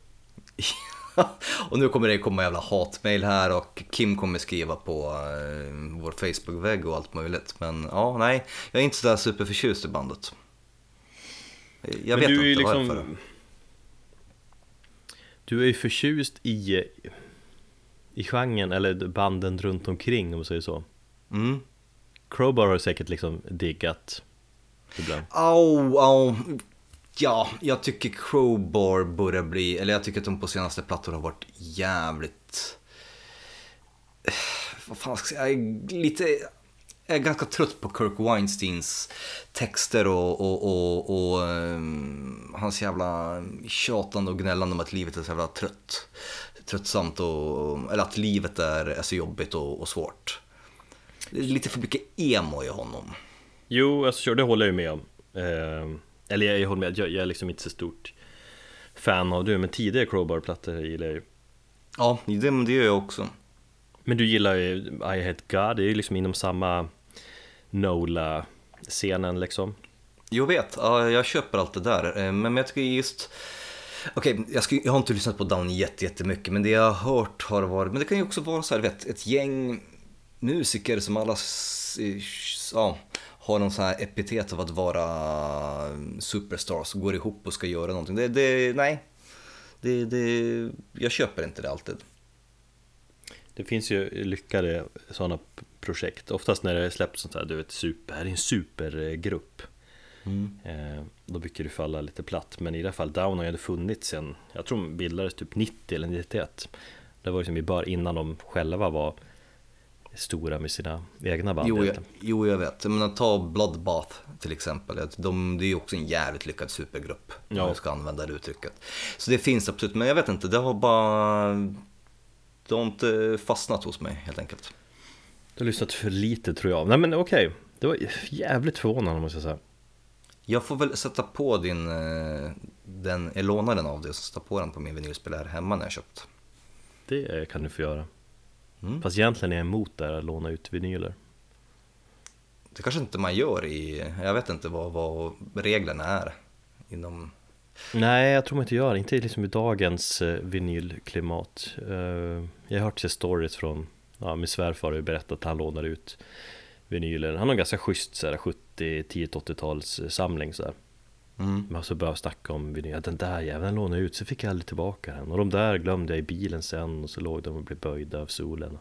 Och nu kommer det komma jävla hatmail här och Kim kommer skriva på eh, vår Facebook-vägg och allt möjligt. Men ja, nej, jag är inte så där superförtjust i bandet. Jag Men vet du inte är ju varför. liksom, du är ju förtjust i i genren eller banden runt omkring, om man säger så. Mm. Crowbar har säkert liksom diggat ibland. Au, au. Ja, jag tycker Crowbar börjar bli, eller jag tycker att de på senaste plattor har varit jävligt, vad fan ska jag säga, jag är lite, jag är ganska trött på Kirk Weinsteins texter och, och, och, och um, hans jävla tjatande och gnällande om att livet är så jävla trött, tröttsamt och, eller att livet är, är så jobbigt och, och svårt. Det är lite för mycket emo i honom. Jo, alltså det håller jag ju med om. eh, Eller jag, jag håller med, jag, jag är liksom inte så stort fan av du, men tidigare Crowbar-plattor gillar jag ju. Ja, det, det gör jag också. Men du gillar ju I Hate God, det är ju liksom inom samma Nola-scenen liksom. Jag vet, ja, jag köper allt det där. Men jag tycker just... Okej, okay, jag, jag har inte lyssnat på Down jätte, jättemycket, men det jag har hört har varit... Men det kan ju också vara så här, vet, ett gäng musiker som alla ja, har någon så här epitet av att vara superstars och går ihop och ska göra någonting. Det, det, nej, det, det, jag köper inte det alltid. Det finns ju lyckade sådana projekt. Oftast när det släpps sånt här, du vet, super, här är en supergrupp. Mm. Eh, då brukar det falla lite platt. Men i det här fall Down har ju funnits sen, jag tror de bildades typ nittio eller nittioett. Det var ju som vi bör innan de själva var stora med sina egna band. Jo, jag, jo, jag vet. Men ta Bloodbath till exempel. De, det är ju också en jävligt lyckad supergrupp. Ja. Om jag ska använda det uttrycket. Så det finns absolut, men jag vet inte. Det har bara... Det har inte fastnat hos mig helt enkelt. Du har lyssnat för lite tror jag. Nej men okej, okay. Det var jävligt förvånande måste jag säga. Jag får väl sätta på din, den, jag lånar den av dig och sätta på den på min vinylspelare hemma när jag köpt. Det kan du få göra. Mm. Fast egentligen är jag emot det att låna ut vinyler. Det kanske inte man gör i, jag vet inte vad, vad reglerna är inom... Nej, jag tror man inte gör, inte liksom i dagens vinylklimat. Jag har hört sig stories från, ja, min svärfar har ju berättat att han lånar ut vinyler. Han har en ganska schysst så här, sjuttio, tio, åttio-tals samling så här. Mm. Men så började jag snacka om vinyl, att den där jäveln lånade ut, så fick jag aldrig tillbaka den. Och de där glömde jag i bilen sen, och så låg de och blev böjda av solen.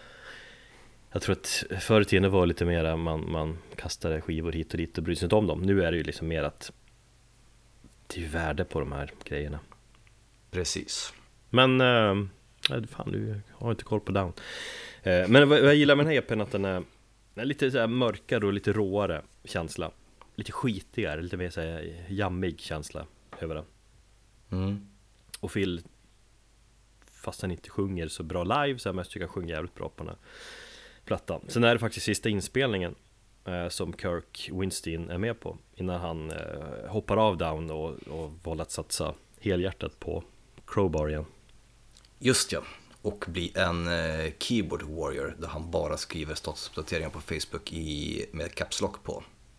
Jag tror att förr i tiden var lite mer man, man kastade skivor hit och dit och brydde sig inte om dem. Nu är det ju liksom mer att det är ju värde på de här grejerna. Precis. Men äh, fan, du har inte koll på Down. äh, Men vad jag gillar med den här E P:n, att den är, den är lite så här mörkare och lite råare känsla. Lite skitigare, lite mer så här jammig känsla över den. Mm. Och Phil, fast han inte sjunger så bra live, så jag mest tycker han sjunger jävligt bra på den här plattan. Sen är det faktiskt sista inspelningen eh, som Kirk Windstein är med på, innan han eh, hoppar av Down och, och valde att satsa helhjärtat på Crowbar igen. Just ja, och bli en eh, keyboard warrior där han bara skriver statusuppdateringar på Facebook i, med caps lock på.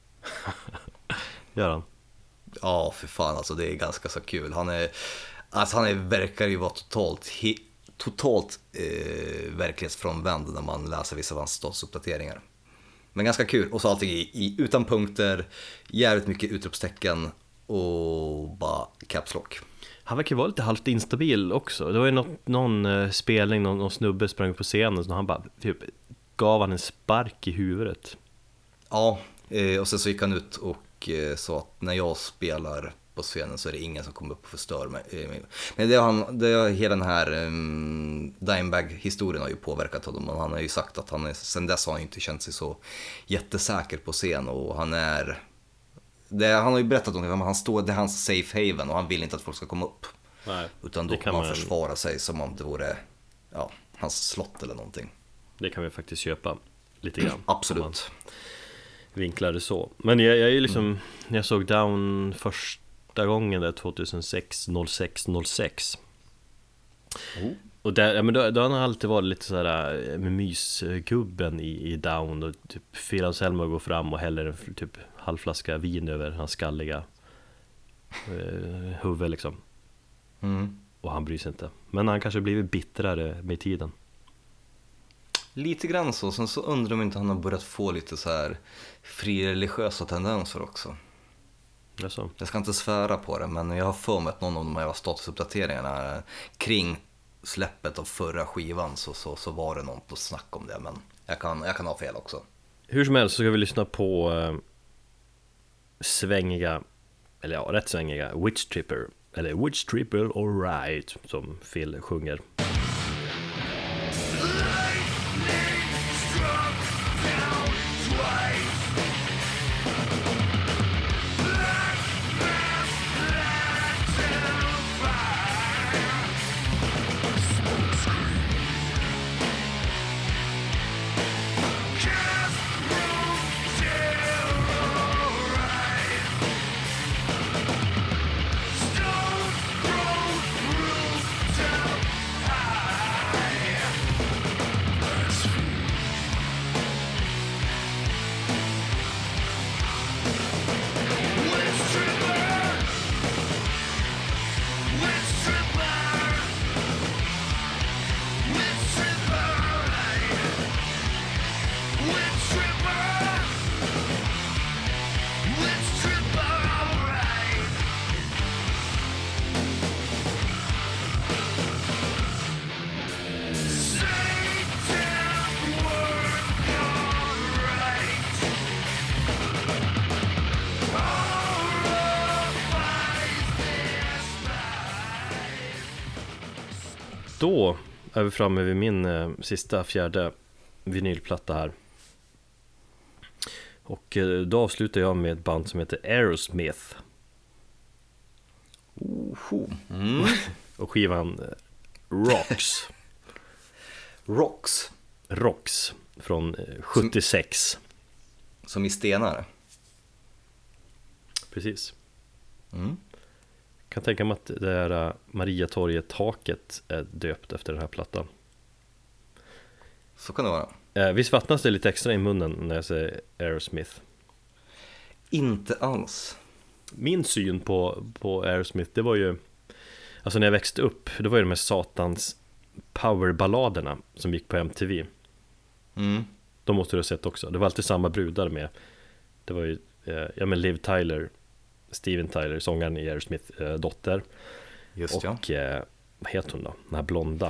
Gör han? Ja, för fan, alltså det är ganska så kul. Han är, alltså han är, verkar ju vara totalt he, totalt eh, verklighetsfrånvänd när man läser vissa av hans statusuppdateringar. Men ganska kul, och så allting i, i, utan punkter, jävligt mycket utropstecken och bara caps lock. Han verkar vara lite halvt instabil också. Det var ju något, någon uh, spelning, någon, någon snubbe sprang på scenen och han bara typ, gav han en spark i huvudet. Ja, eh, och sen så gick han ut och eh, sa att när jag spelar på scenen så är det ingen som kommer upp och förstör mig. Eh, men det har han, det har hela den här um, Dimebag-historien har ju påverkat honom, och han har ju sagt att han är, sen dess har han inte känt sig så jättesäker på scen, och han är... Det, han har ju berättat om det, han står, det är hans safe haven och han vill inte att folk ska komma upp. Nej, utan då kan man försvara sig som om det vore, ja, hans slott eller någonting. Det kan vi faktiskt köpa lite grann. Absolut. Vinklar det så. Men jag, jag är ju liksom, mm. när jag såg Down första gången där tjugohundrasex, noll sex noll sex. Oh. Och där, ja, men då, då har han alltid varit lite sådär med mysgubben i, i Down, och typ Phil Anselmo går fram och häller en typ halvflaska vin över hans skalliga eh, huvud liksom. Mm. Och han bryr sig inte. Men han kanske blivit bittrare med tiden. Lite grann så. Sen så undrar om inte han har börjat få lite så här frireligiösa tendenser också. Jaså. Jag ska inte svära på det, men jag har för mig att någon av de här statusuppdateringarna kring släppet av förra skivan så, så, så var det någon på snack om det, men jag kan, jag kan ha fel också. Hur som helst så ska vi lyssna på eh, svängiga, eller ja, rätt svängiga Witch Tripper, eller Witch Tripper Alright, som Phil sjunger. Stone då är vi framme vid min eh, sista, fjärde vinylplatta här. Och eh, då avslutar jag med ett band som heter Aerosmith. Oho. Mm. Och skivan eh, Rocks. Rocks. Rocks från eh, sjuttiosex. Som, som i stenar. Precis. Mm. Kan tänka mig att det här Mariatorget-taket är döpt efter den här plattan. Så kan det vara. Eh, visst vattnas det lite extra i munnen när jag säger Aerosmith? Inte alls. Min syn på, på Aerosmith, det var ju, alltså när jag växte upp, det var ju de här satans powerballaderna som gick på M T V. Mm. De måste du ha sett också. Det var alltid samma brudar med. Det var ju, eh, ja men Liv Tyler, Steven Tyler, sångaren i Aerosmith, eh, dotter. Just och ja. eh, vad heter hon då? Den här blonda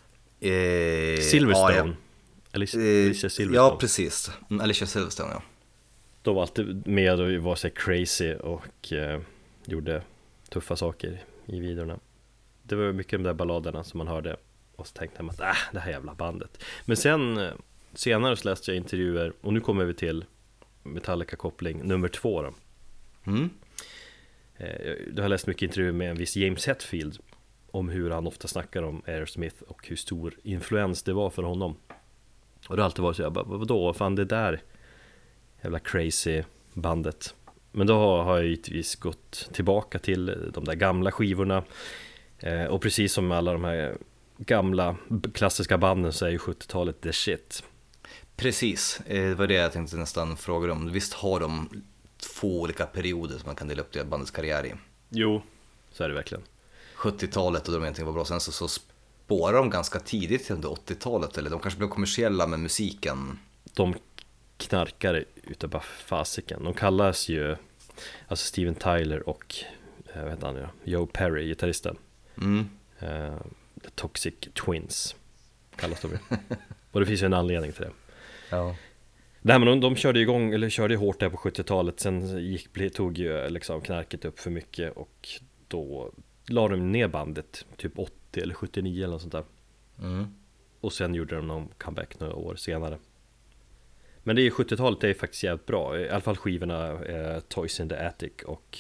Eh, Silverstone. Ja, ja. Alicia, Eh, Alicia Silverstone. Ja, precis. Mm, Alicia Silverstone, ja. De var alltid med och var så crazy och eh, gjorde tuffa saker i videorna. Det var mycket de där balladerna som man hörde. Och så tänkte man att äh, det här jävla bandet. Men sen eh, senare så läste jag intervjuer. Och nu kommer vi till Metallica-koppling nummer två då. Mm. eh, Du har läst mycket intervjuer med en viss James Hetfield om hur han ofta snackar om Aerosmith och hur stor influens det var för honom. Och det har alltid varit så, jag bara, vadå, fan det där jävla crazy bandet. Men då har jag givetvis gått tillbaka till de där gamla skivorna. eh, Och precis som alla de här gamla klassiska banden så är ju sjuttiotalet the shit. Precis, eh, det var det jag tänkte nästan fråga om. Visst har de två olika perioder som man kan dela upp det bandets karriär i? Jo, så är det verkligen. sjuttiotalet och de egentligen var bra. Sen så, så spårar de ganska tidigt under åttiotalet. Eller de kanske blev kommersiella med musiken. De knarkar utav bara fasiken. De kallas ju, alltså Steven Tyler och vad heter han nu, Joe Perry, gitarristen. Mm. uh, The Toxic Twins kallas de ju. Och det finns ju en anledning till det. Ja. Nej, men de, de körde igång, eller körde hårt där på sjuttiotalet. Sen gick, tog ju liksom knarket upp för mycket. Och då la de ner bandet typ åttio eller sjuttionio eller något sånt där. Mm. Och sen gjorde de någon comeback några år senare. Men det är ju sjuttiotalet är ju faktiskt jävligt bra. I alla fall skivorna eh, Toys in the Attic och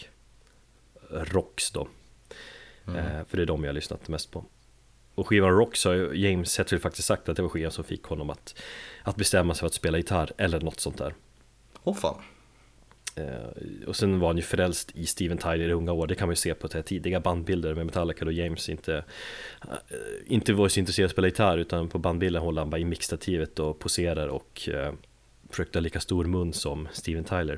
Rocks då. Mm. eh, För det är de jag har lyssnat mest på. Och skivan Rocks har ju James Hetfield faktiskt sagt att det var skivan som fick honom att, att bestämma sig för att spela gitarr eller något sånt där. Åh fan. eh, Och sen var han ju frälst i Steven Tyler i unga år. Det kan man ju se på det här tidiga bandbilder med Metallica då James inte eh, Inte var så intresserad av att spela gitarr, utan på bandbilden håller han bara i mixtativet och poserar och eh, försökte ha lika stor mun som Steven Tyler.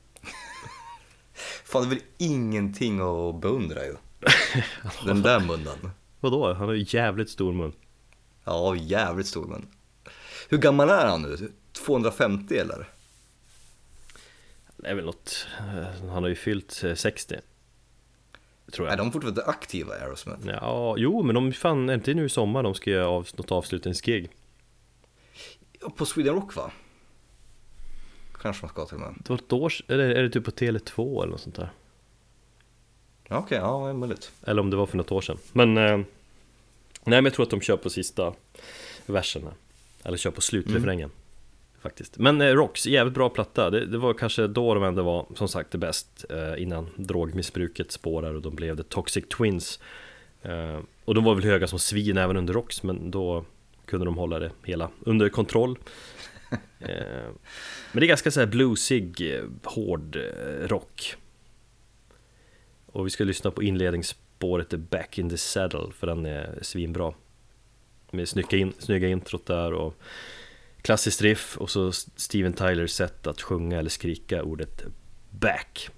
Fan, det är väl ingenting att beundra ju. Den där munnen. Vadå? Han har ju jävligt stor mun. Ja, jävligt stor mun. Hur gammal är han nu? tvåhundrafemtio eller? Det är väl något. Han har ju fyllt sextio, tror jag. Är de fortfarande aktiva, Aerosmith? Ja, jo, men de fan, är inte nu i sommar de ska göra av, något avslutningsgig. Ja, på Sweden Rock va? Kanske man ska till med. Det var ett år, eller är det typ på Tele två eller något sånt där? Ja, okej, okay, ja, det är möjligt. Eller om det var för något år sedan. Men eh, nej, men jag tror att de kör på sista verserna. Eller kör på slutrefrängen. Mm. Faktiskt. Men eh, Rocks, jävligt bra platta. Det, det var kanske då de ändå var, som sagt, det bäst eh, innan drogmissbruket spårar och de blev The Toxic Twins. eh, Och de var väl höga som svin även under Rocks, men då kunde de hålla det hela under kontroll. eh, Men det är ganska så här bluesig, eh, hård eh, rock. Och vi ska lyssna på inledningsspåret Back in the Saddle, för den är svinbra. Med snygga, in, snygga introt där och klassiskt riff, och så Steven Tylers sätt att sjunga eller skrika ordet back.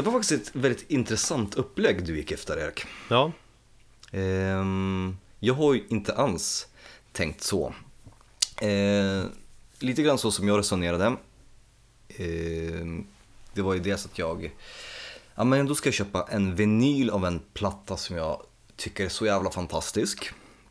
Det var faktiskt ett väldigt intressant upplägg du gick efter, Erik. Ja. Ehm, jag har ju inte alls tänkt så. Ehm, lite grann så som jag resonerade. Ehm, det var ju dels att jag... Ja, men då ska jag köpa en vinyl av en platta som jag tycker är så jävla fantastisk.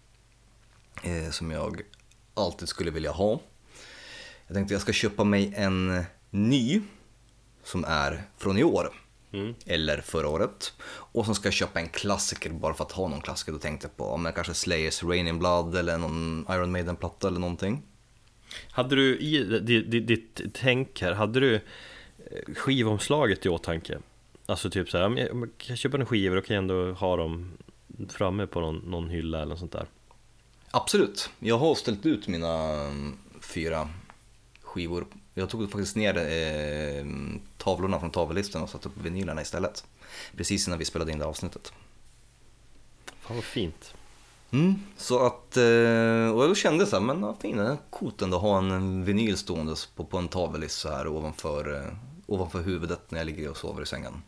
Ehm, som jag alltid skulle vilja ha. Jag tänkte jag ska köpa mig en ny som är från i år. Mm. Eller förra året. Och så ska jag köpa en klassiker bara för att ha någon klassiker. Då tänkte jag på om jag kanske Slayers Rain in Blood eller någon Iron Maiden-platta eller någonting. Hade du i ditt, ditt tänk här, hade du skivomslaget i åtanke? Alltså typ så här, jag kan köpa en skiva och kan jag ändå ha dem framme på någon, någon hylla eller något sånt där. Absolut, jag har ställt ut mina fyra skivor. Jag tog faktiskt ner eh, tavlorna från tavellistan och satte upp vinylerna istället. Precis innan vi spelade in det avsnittet. Fan vad fint. Mm, så att, eh, och jag kände så här, men vad fint, det är coolt ändå att ha en vinyl stående på, på en tavellist så här ovanför, eh, ovanför huvudet när jag ligger och sover i sängen.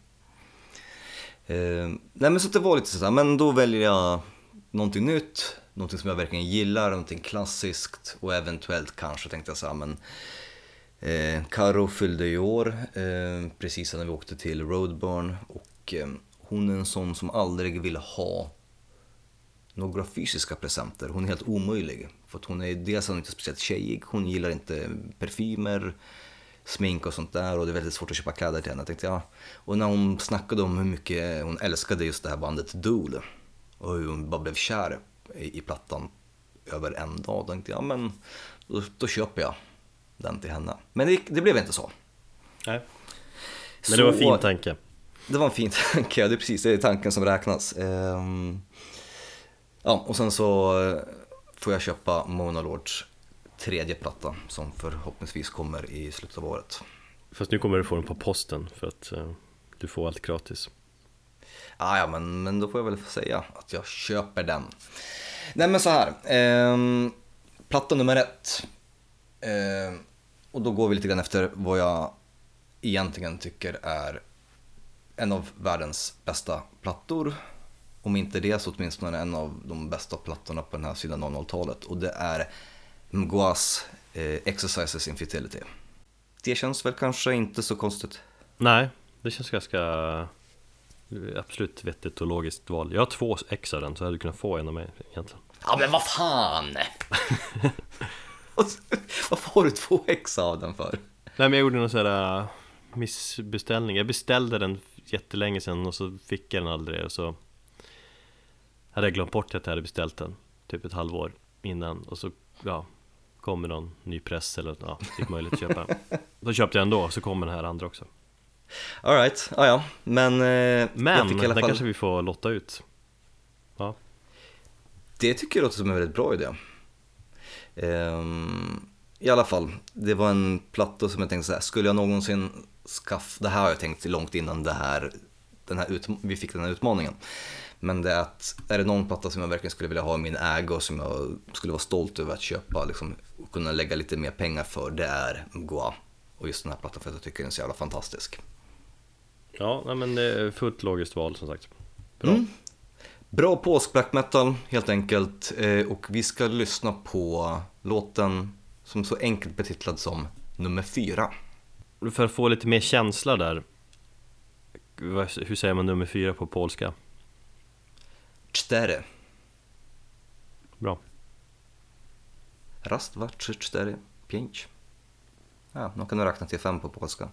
Eh, nej men så det var lite så här, men då väljer jag någonting nytt, någonting som jag verkligen gillar, någonting klassiskt och eventuellt kanske tänkte jag så här, men eh, Karo fyllde i år, eh, precis när vi åkte till Roadburn och eh, hon är en sån som aldrig vill ha några fysiska presenter. Hon är helt omöjlig. För att hon är dels inte speciellt tjejig. Hon gillar inte parfymer, smink och sånt där. Och det är väldigt svårt att köpa kläder till henne. Jag tänkte, ja. Och när hon snackade om hur mycket hon älskade just det här bandet Dool. Och hur hon bara blev kär i, i plattan över en dag. Då tänkte jag, ja men då, då köper jag den till henne. Men det, det blev inte så. Nej. Men det var en fin tanke. Det var en fin tanke, ja, det är precis det är tanken som räknas. Ehm... Ja, och sen så får jag köpa Mona Lords tredje platta som förhoppningsvis kommer i slutet av året. Fast nu kommer du få den på posten för att uh, du får allt gratis. Ah, ja, men, men då får jag väl säga att jag köper den. Nej men så här, eh, platta nummer ett. Eh, och då går vi lite grann efter vad jag egentligen tycker är en av världens bästa plattor. Om inte det så åtminstone en av de bästa plattorna på den här sidan noll noll-talet. Och det är Mgwas eh, Exercises in Futility. Det känns väl kanske inte så konstigt. Nej, det känns ganska absolut vettigt och logiskt val. Jag har två ex av den så hade du kunnat få en av mig egentligen. Ja men vad fan! Varför har du två ex av den för? Nej men jag gjorde någon sån här missbeställning. Jag beställde den jättelänge sedan och så fick jag den aldrig och så hade jag glömt bort att jag hade beställt den typ ett halvår innan och så ja, kommer någon ny press eller ja, typ möjligt att köpa. Då köpte jag ändå så kommer den här andra också. All right, ja ja, men eh, men jag fick i alla den fall... kanske vi får lotta ut. Ja. Det tycker jag låter som en väldigt bra idé. Ehm, I alla fall, det var en platta som jag tänkte så här, skulle jag någonsin skaffa, det här har jag tänkt långt innan det här, den här ut... vi fick den här utmaningen. Men det är att, är det någon platta som jag verkligen skulle vilja ha i min ägo och som jag skulle vara stolt över att köpa liksom, och kunna lägga lite mer pengar för, det är Mgwa. Och just den här plattan för att jag tycker den är så jävla fantastisk. Ja, nej, men det är fullt logiskt val som sagt. Bra. Mm. Bra påsk black metal helt enkelt. eh, Och vi ska lyssna på låten som så enkelt betitlad som nummer fyra. För att få lite mer känsla där, hur säger man nummer fyra på polska? Cztery. Bra. Raz, dwa, trzy, cztery, pięć. Ja, no kan du räkna till fem på polska.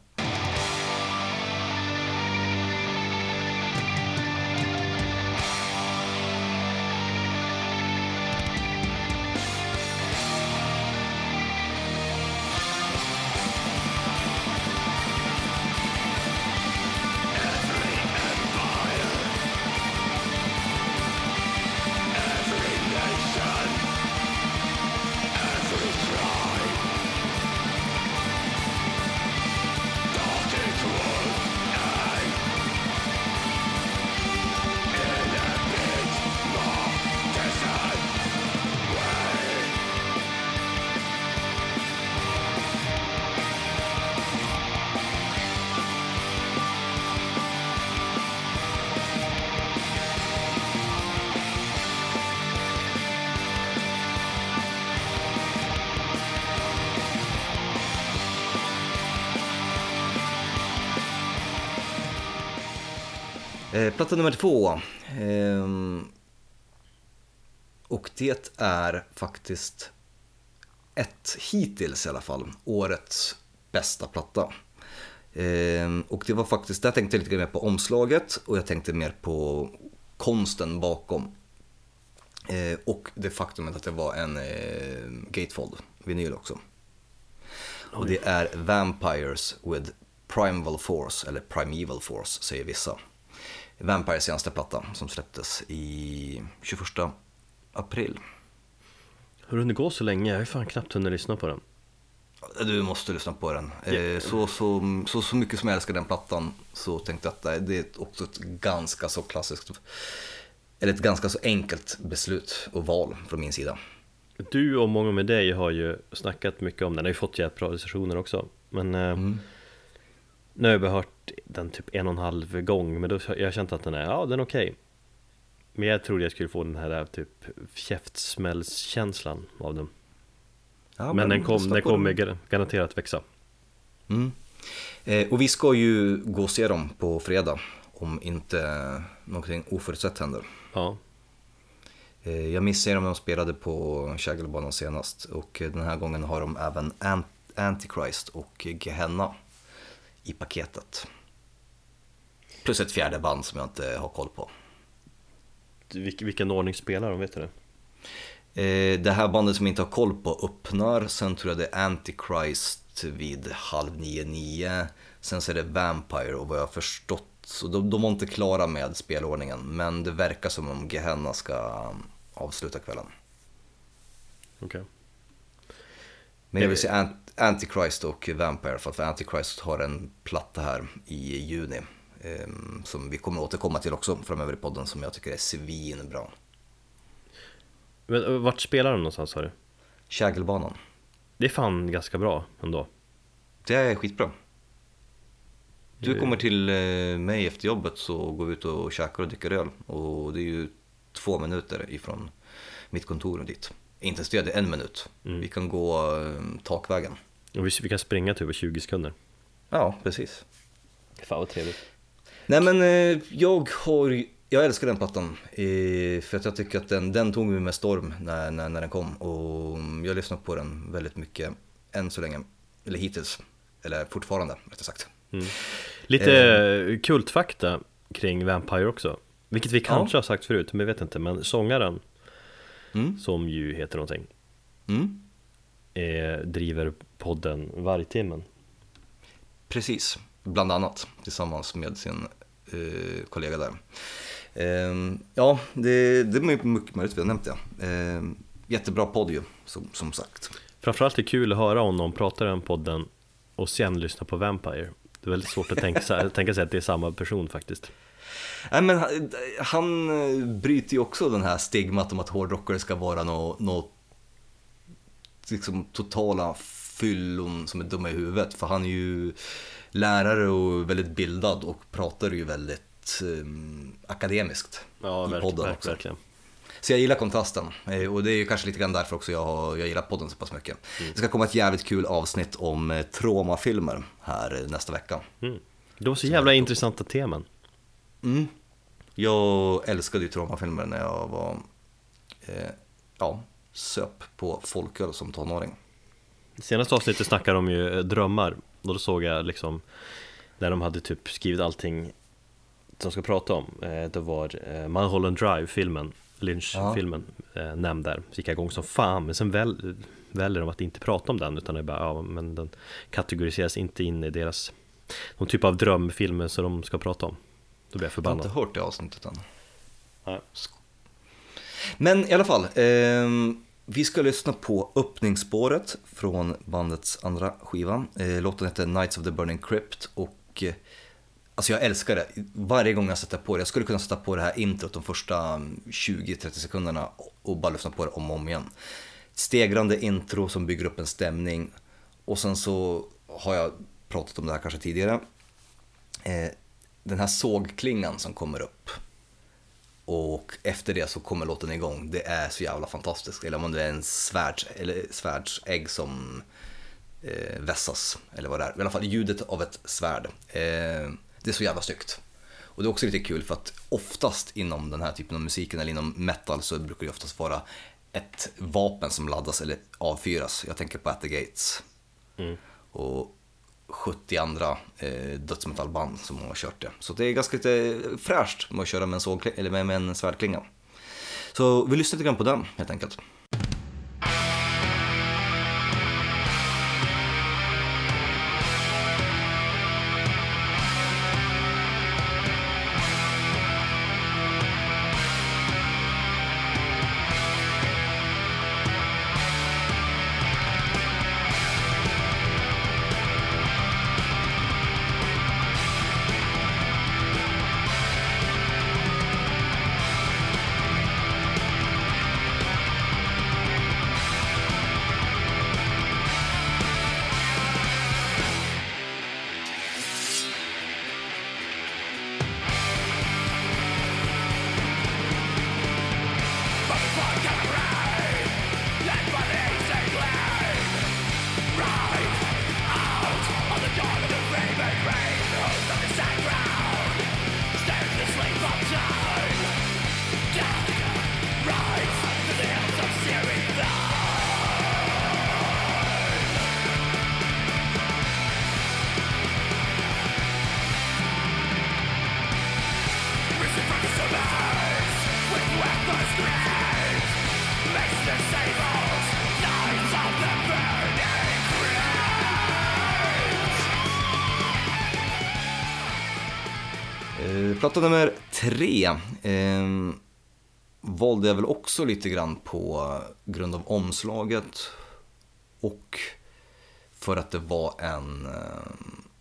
Eh, platta nummer två. Eh, och det är faktiskt ett hittills i alla fall, årets bästa platta. Eh, och det var faktiskt, där tänkte jag lite mer på omslaget och jag tänkte mer på konsten bakom. Eh, och det faktumet att det var en eh, Gatefold-vinyl också. Och det är Vampires with Primeval Force, eller Primeval Force säger vissa. Vampires senaste platta som släpptes i tjugoförsta april. Hur det går så länge, jag har fan knappt hunnit lyssna på den. Du måste lyssna på den. Yeah. Så, så, så, så mycket som jag älskar den plattan så tänkte jag att det är också ett ganska så klassiskt, eller ett ganska så enkelt beslut och val från min sida. Du och många med dig har ju snackat mycket om den, har ju fått jävligt bra recensioner också. Men mm. nu har jag bara hört den typ en och en halv gång, men då jag har känt att den är, ja den är okej. Okay. Men jag trodde jag skulle få den här typ käftsmällskänslan av den. Ja, men, men den, kom, den kommer den. garanterat växa. Mm. Eh, och vi ska ju gå och se dem på fredag om inte någonting oförutsett händer. Ja. Eh, jag missade dem när de spelade på Kägelbanan senast och den här gången har de även Antichrist och Gehenna i paketet. Plus ett fjärde band som jag inte har koll på. Vil- vilken ordning spelar de, vet du det? Eh, det här bandet som jag inte har koll på öppnar, sen tror jag det är Antichrist vid halv nio, nio. Sen så är det Vampire och vad jag har förstått, så de, de var inte klara med spelordningen, men det verkar som om Gehenna ska avsluta kvällen. Okej. Okay. Men jag vill se Ant- Antichrist och Vampire, för att Antichrist har en platta här i juni eh, som vi kommer återkomma till också framöver i podden, som jag tycker är svinbra. Men vart spelar de någonstans, sa du? Kägelbanan. Det är fan ganska bra ändå. Det är skitbra. Du kommer till mig efter jobbet, så går vi ut och käkar och dricker öl. Och det är ju två minuter ifrån mitt kontor och dit. Inte ens det, det är en minut. Mm. Vi kan gå um, takvägen. Och vi, vi kan springa till över tjugo sekunder. Ja, precis. Fan vad trevligt. Nej men eh, jag har... Jag älskar den plattan, för att jag tycker att den, den tog mig med storm när, när, när den kom. Och jag lyssnar på den väldigt mycket än så länge, eller hittills, eller fortfarande rättare sagt. Mm. Lite eh. kultfakta kring Vampire också, vilket vi kanske ja. har sagt förut, men jag vet inte. Men sångaren, mm. som ju heter någonting, mm. eh, driver podden Vargtimmen. Precis, bland annat tillsammans med sin eh, kollega där. Um, ja, det, det är mycket möjligt vi har nämnt det. Um, jättebra podd ju, som, som sagt. Framförallt är det kul att höra om någon pratar om podden och sen lyssna på Vampire. Det är väldigt svårt att tänka, tänka sig att det är samma person faktiskt. Nej, men han, han bryter ju också den här stigmat om att hårdrockare ska vara något nå, liksom totala fyllon som är dumma i huvudet. För han är ju lärare och väldigt bildad och pratar ju väldigt Um, akademiskt ja, i verk, podden verk, också. Verkligen. Så jag gillar kontrasten, och det är ju kanske lite grann därför också jag, jag gillar podden så pass mycket. Mm. Det ska komma ett jävligt kul avsnitt om eh, traumafilmer här nästa vecka. Mm. Det var så, så jävla intressanta teman. Mm. Jag älskade ju traumafilmer när jag var eh, ja, söp på folköl som tonåring. Senaste avsnittet snackar de ju drömmar, och då såg jag liksom där de hade typ skrivit allting som ska prata om. Det var Mulholland Drive-filmen, Lynch-filmen, ja. nämnd där. Så gick jag igång som fan, men sen väl, väljer de att inte prata om den, utan det är bara, ja, men den kategoriseras inte in i deras någon typ av drömfilmer som de ska prata om. Då blir jag förbannad. Jag har inte hört det avsnittet än. Nej. Men i alla fall, eh, vi ska lyssna på öppningsspåret från bandets andra skiva. Eh, låten heter Knights of the Burning Crypt och eh, alltså jag älskar det. Varje gång jag sätter på det. Jag skulle kunna sätta på det här introt de första tjugo till trettio sekunderna och bara lyssna på det om och om igen. Stegrande intro som bygger upp en stämning. Och sen så har jag pratat om det här kanske tidigare. Eh, den här sågklingan som kommer upp. Och efter det så kommer låten igång. Det är så jävla fantastiskt. Eller om det är en svärds, eller svärdsägg som eh, vässas. Eller vad det är. I alla fall ljudet av ett svärd. Eh, Det är så jävla snyggt. Och det är också lite kul för att oftast inom den här typen av musiken eller inom metal så brukar det oftast vara ett vapen som laddas eller avfyras. Jag tänker på At the Gates mm. och sjuttio andra eh, dödsmetallband som har kört det. Så det är ganska lite fräscht med att köra med en, såg, eller med, med en svärdklinga. Så vi lyssnar lite grann på den helt enkelt. Platta nummer tre eh, valde jag väl också lite grann på grund av omslaget och för att det var en eh,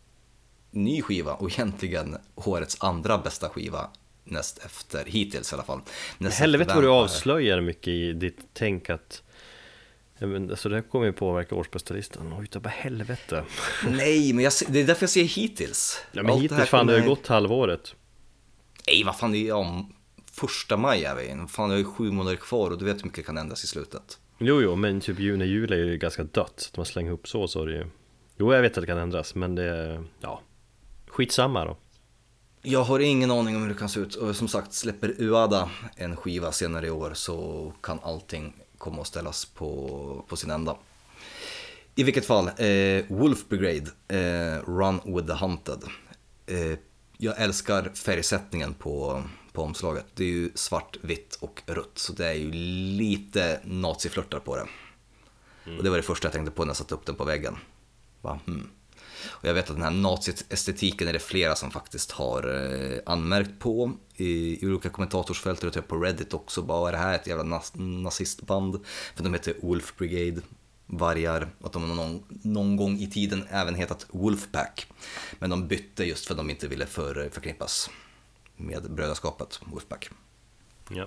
ny skiva och egentligen årets andra bästa skiva näst efter, hittills i alla fall. Näst helvete vad du avslöjar mycket i ditt tänk att men, alltså det här kommer ju påverka årsbästa-listan. Oj, det bara helvete. Nej, men jag, det är därför jag säger hittills. Ja, men allt hittills, det fan, kommer... det har gått halvåret. Nej, vad fan, det är om första maj är vi. Fan, det är ju sju månader kvar och du vet hur mycket kan ändras i slutet. Jo, jo, men typ juni, juli är ju ganska dött. Så att man slänger upp så, så är det ju... Jo, jag vet att det kan ändras, men det är... Ja, skitsamma då. Jag har ingen aning om hur det kan se ut. Och som sagt, släpper Uada en skiva senare i år så kan allting komma att ställas på, på sin ända. I vilket fall, eh, Wolf Brigade, eh, Run with the Hunted. Eh, jag älskar färgsättningen på, på omslaget. Det är ju svart, vitt och rött. Så det är ju lite naziflörtar på det. Mm. Och det var det första jag tänkte på när jag satte upp den på väggen. Va? Hmm. Och jag vet att den här nazi-estetiken är det flera som faktiskt har eh, anmärkt på i, i olika kommentatorsfält och typ på Reddit också. Bara, är det här ett jävla nas- nazistband? För de heter Wolf Brigade, vargar. Att de någon, någon gång i tiden även hetat Wolfpack. Men de bytte just för att de inte ville för, förknippas med brödraskapet Wolfpack. Ja,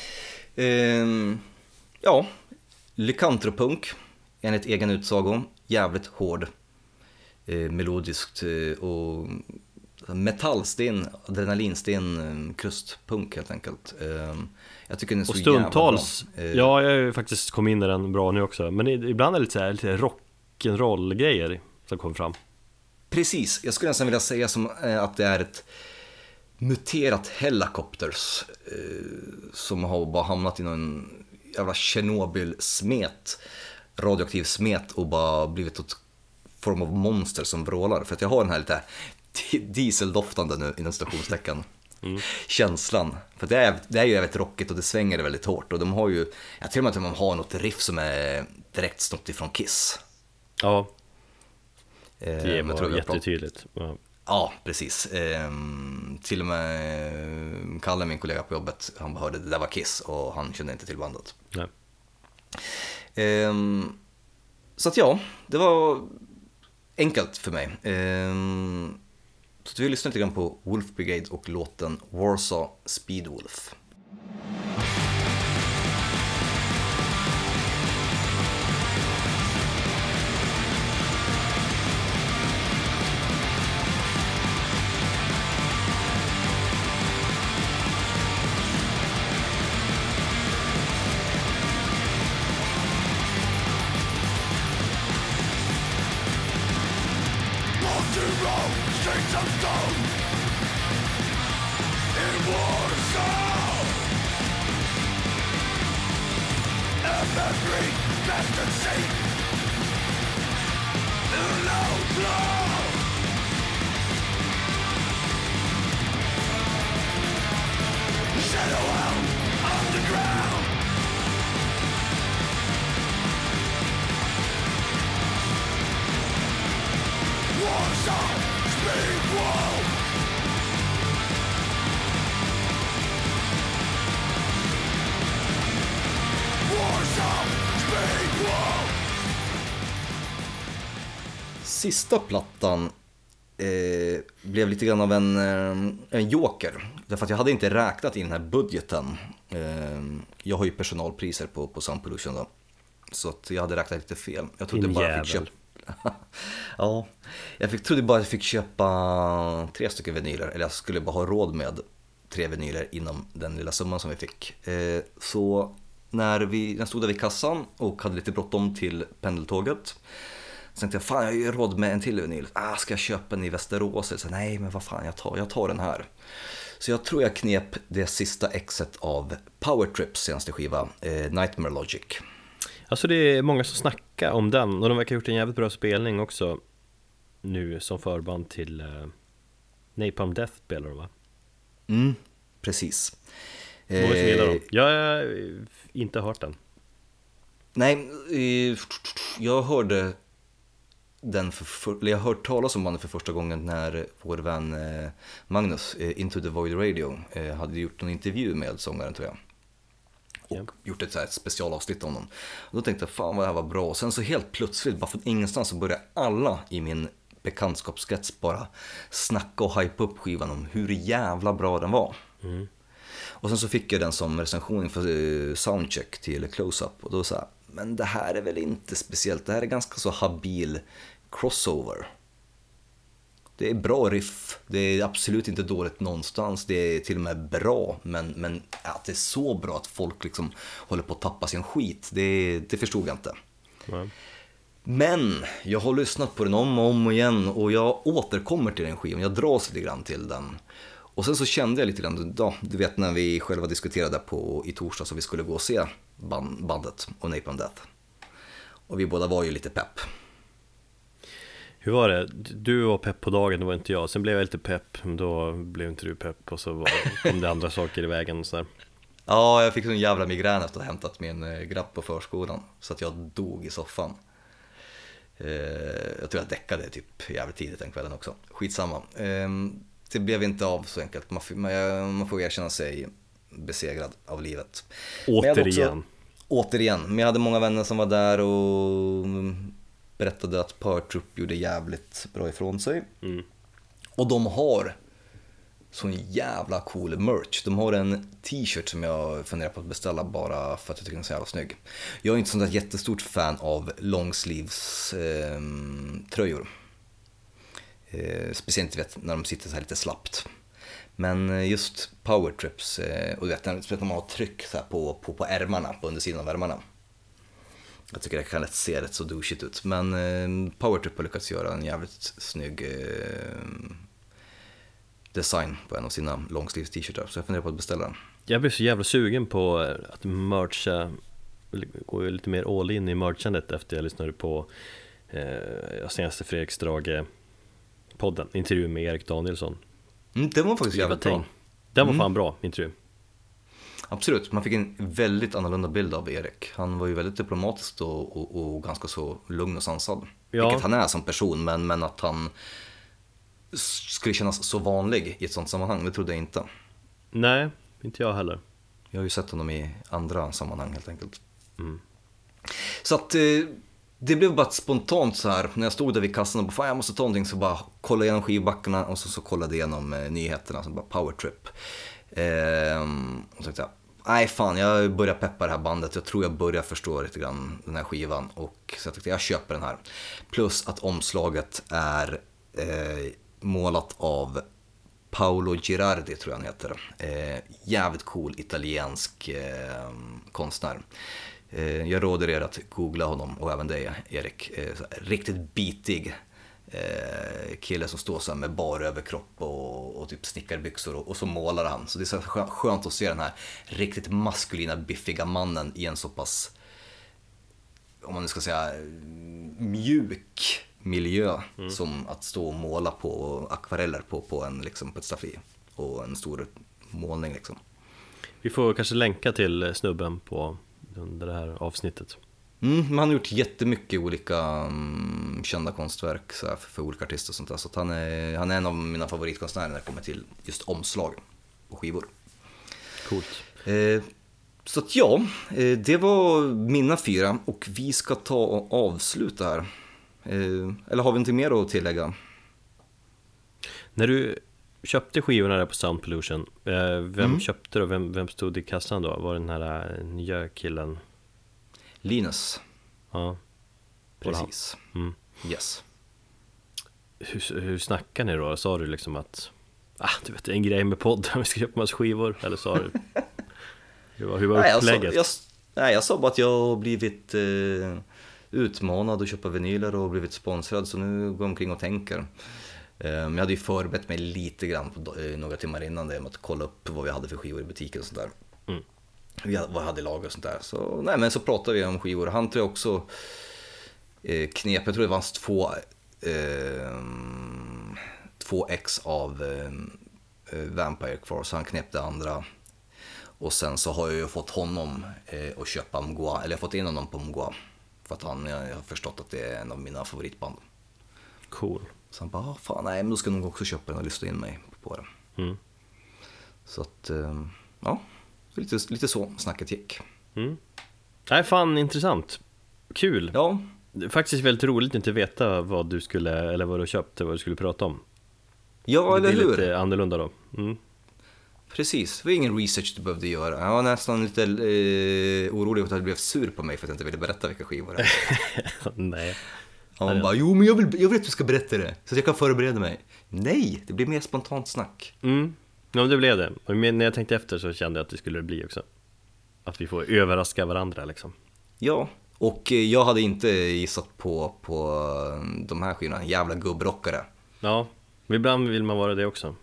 eh, ja. Lycantropunk enligt egen utsago. Jävligt hård. Eh, melodiskt eh, och metallsten, adrenalinsten, eh, krustpunk helt enkelt. Eh, jag tycker den är så och stundtals, jävla bra. Eh, ja, jag har ju faktiskt kommit in i den bra nu också. Men ibland är det lite, så här, lite rock'n'roll grejer som kommer fram. Precis, jag skulle nästan vilja säga som, eh, att det är ett muterat Hellacopters eh, som har bara hamnat i någon jävla Tjernobyl-smet, radioaktiv smet och bara blivit ett form av monster som vrålar. För att jag har den här lite dieseldoftande nu inom stationstecken mm. känslan. För det är, det är ju väldigt rockigt och det svänger väldigt hårt. Och de har ju, jag tror att de har något riff som är direkt snott ifrån Kiss. Ja, det är bara eh, jättetydligt. Ja. Ja, precis. Ehm, till och med Kalle, min kollega på jobbet, han hörde det där var Kiss och han kände inte till bandet. Nej. Ehm, så att ja, det var enkelt för mig. Ehm, så att vi lyssnar lite grann på Wolf Brigade och låten Warsaw Speedwolf. Streets of stone. Sista plattan eh, blev lite grann av en, eh, en joker. Därför att jag hade inte räknat i den här budgeten. Eh, jag har ju personalpriser på, på Sound Pollution då. Så att jag hade räknat lite fel. Jag trodde Din bara jävel. jag fick köpa... ja, jag fick, trodde bara jag fick köpa tre stycken vinyler. Eller jag skulle bara ha råd med tre vinyler inom den lilla summan som vi fick. Eh, så när vi när stod där vid kassan och hade lite bråttom till pendeltåget, så tänkte jag, fan jag har ju råd med en till vinyl. Ah, ska jag köpa den i Västerås? Så, nej, men vad fan, jag tar, jag tar den här. Så jag tror jag knep det sista exet av Power Trips senaste skiva, eh, Nightmare Logic. Alltså det är många som snackar om den, och de verkar ha gjort en jävligt bra spelning också nu som förband till eh, Napalm Death spelar de, va? Mm, precis. Många som gillar dem. Jag har inte hört den. Nej, eh, jag hörde den för, för, jag har hört talas om bandet för första gången när vår vän eh, Magnus, eh, Into the Void Radio, eh, hade gjort en intervju med sångaren, tror jag. Och Ja. gjort ett, så här, ett specialavsnitt om dem. Och då tänkte jag, fan vad det här var bra. Och sen så helt plötsligt, bara från ingenstans, så började alla i min bekantskapskrets bara snacka och hype upp skivan om hur jävla bra den var. Mm. Och sen så fick jag den som recension för eh, soundcheck till Close-Up. Och då sa jag, men det här är väl inte speciellt. Det här är ganska så habil crossover. Det är bra riff. Det är absolut inte dåligt någonstans. Det är till och med bra. Men, men att det är så bra att folk liksom håller på att tappa sin skit, det, det förstod jag inte. Ja. Men jag har lyssnat på den om och om igen. Och jag återkommer till den skivan. Jag dras lite grann till den. Och sen så kände jag lite grann, ja, du vet när vi själva diskuterade på i torsdag, så vi skulle gå och se band, bandet och Napalm Death. Och vi båda var ju lite pepp. Hur var det? Du var pepp på dagen, det var inte jag. Sen blev jag lite pepp, men då blev inte du pepp. Och så var, kom det andra saker i vägen och så där. Ja, jag fick en jävla migrän efter att ha hämtat min grabb på förskolan. Så att jag dog i soffan. eh, Jag tror jag däckade typ jävligt tidigt den kvällen också. Skitsamma. eh, Det blev inte av så enkelt. Man får, man får erkänna sig besegrad av livet. Återigen. Också, återigen. Men jag hade många vänner som var där och berättade att Power Trip gjorde jävligt bra ifrån sig. Mm. Och de har sån jävla cool merch. De har en t-shirt som jag funderar på att beställa bara för att jag tycker den är så jävla snygg. Jag är inte sån där jättestort fan av longsleeves eh, tröjor. Eh, speciellt vet, när de sitter så här lite slappt. Men just Power Trips, eh, och du vet när man har tryck så här på, på, på ärmarna, på undersidan av ärmarna. Jag tycker det kan lätt se rätt så douchigt ut. Men eh, Power Trip har lyckats göra en jävligt snygg eh, design på en av sina longsleeves t-shirtar. Så jag funderar på att beställa den. Jag blev så jävla sugen på att mercha, gå lite mer all in i merchandet efter jag lyssnade på eh, senaste Fredrik Strage podden, intervju med Erik Danielsson. Mm, den var faktiskt jävligt bra. Den var Mm. fan bra intervju. Absolut, man fick en väldigt annorlunda bild av Erik. Han var ju väldigt diplomatisk och, och, och ganska så lugn och sansad. Ja. Vilket han är som person, men, men att han skulle kännas så vanlig i ett sånt sammanhang, det trodde jag inte. Nej, inte jag heller. Jag har ju sett honom i andra sammanhang helt enkelt. Mm. Så att eh, det blev bara spontant så här. När jag stod där vid kassan och bara, fan jag måste ta någonting, så bara kollade igenom skivbackarna och så, så kollade igenom eh, nyheterna, så bara Power Trip. Eh, och så tänkte jag, nej fan, jag börjar peppa det här bandet. Jag tror jag börjar förstå lite grann den här skivan. Och så jag tänkte, jag köper den här. Plus att omslaget är eh, målat av Paolo Girardi, tror jag han heter. Eh, jävligt cool italiensk eh, konstnär. Eh, jag råder er att googla honom, och även dig, Erik. Eh, så, riktigt bitig eh, kille som står så här med bara överkropp och, och typ snickarbyxor och, och så målar han. Så det är så skö- skönt att se den här riktigt maskulina, biffiga mannen i en så pass, om man nu ska säga, mjuk miljö mm. som att stå och måla på akvareller på, på, en, liksom, på ett staffli och en stor målning liksom. Vi får kanske länka till snubben på det här avsnittet. Mm, man har gjort jättemycket olika um, kända konstverk så här, för, för olika artister och sånt där. Så att han, är, han är en av mina favoritkonstnärer när det kommer till just omslag på skivor. Coolt. Eh, så att ja, eh, det var mina fyra och vi ska ta och avsluta här. Eh, eller har vi inte mer att tillägga? När du köpte skivorna där på Sound Pollution, eh, vem mm. köpte då? Vem, vem stod i kassan då? Var den här äh, nya killen? Linus. Ja. Precis. Mm. Yes. Hur, hur snackar ni då? Sa du liksom att ah, du vet, en grej med podden, vi ska köpa massa skivor? Eller sa du? Hur var, hur var nej, upplägget? Jag sa, jag, nej, jag sa bara att jag har blivit eh, utmanad att köpa vinyler och blivit sponsrad, så nu går jag omkring och tänker. Jag hade ju förberett mig lite grann på några timmar innan det med att kolla upp vad vi hade för skivor i butiken och sånt där. Mm. Vi hade, vad hade i lager och sånt där. Så, nej, men så pratade vi om skivor. Han tror jag också eh, knep, jag tror det fanns två, eh, två ex av eh, Vampire kvar, så han knep det andra. Och sen så har jag ju fått honom eh, att köpa Mgwa, eller jag har fått in honom på Mgwa. För att han, jag har förstått att det är en av mina favoritband. Cool. Så han bara, ah, fan nej, men då ska jag nog också köpa den och lyssna in mig på det. Mm. Så att, ja, lite, lite så snacket gick. Mm. Nej, fan intressant. Kul. Ja. Det är faktiskt väldigt roligt att inte veta vad du skulle, eller vad du köpte, vad du skulle prata om. Ja, eller hur? Det är lite annorlunda då. Mm. Precis, det var ingen research du behövde göra. Jag var nästan lite eh, orolig att du blev sur på mig för att jag inte ville berätta vilka skivor det är. Nej. Ja, man bara, jo men jag vill, jag vill att du ska berätta det så att jag kan förbereda mig. Nej, det blir mer spontant snack. Mm, ja det blev det. Men när jag tänkte efter så kände jag att det skulle bli också. Att vi får överraska varandra liksom. Ja, och jag hade inte gissat på, på de här skivorna, jävla gubbrockare. Ja, ibland vill man vara det också.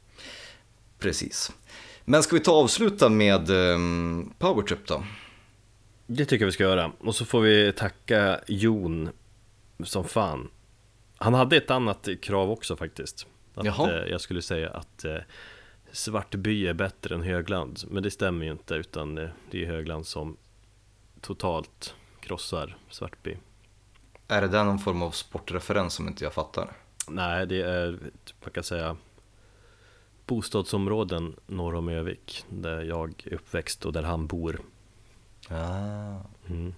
Precis. Men ska vi ta och avsluta med um, Powertrip då? Det tycker jag vi ska göra. Och så får vi tacka Jon som fan. Han hade ett annat krav också faktiskt. Att eh, jag skulle säga att eh, Svartby är bättre än Högland. Men det stämmer ju inte, utan eh, det är Högland som totalt krossar Svartby. Är det där någon form av sportreferens som inte jag fattar? Nej, det är, man kan säga, bostadsområden norr om Övik, där jag är uppväxt och där han bor. Ah. Mm.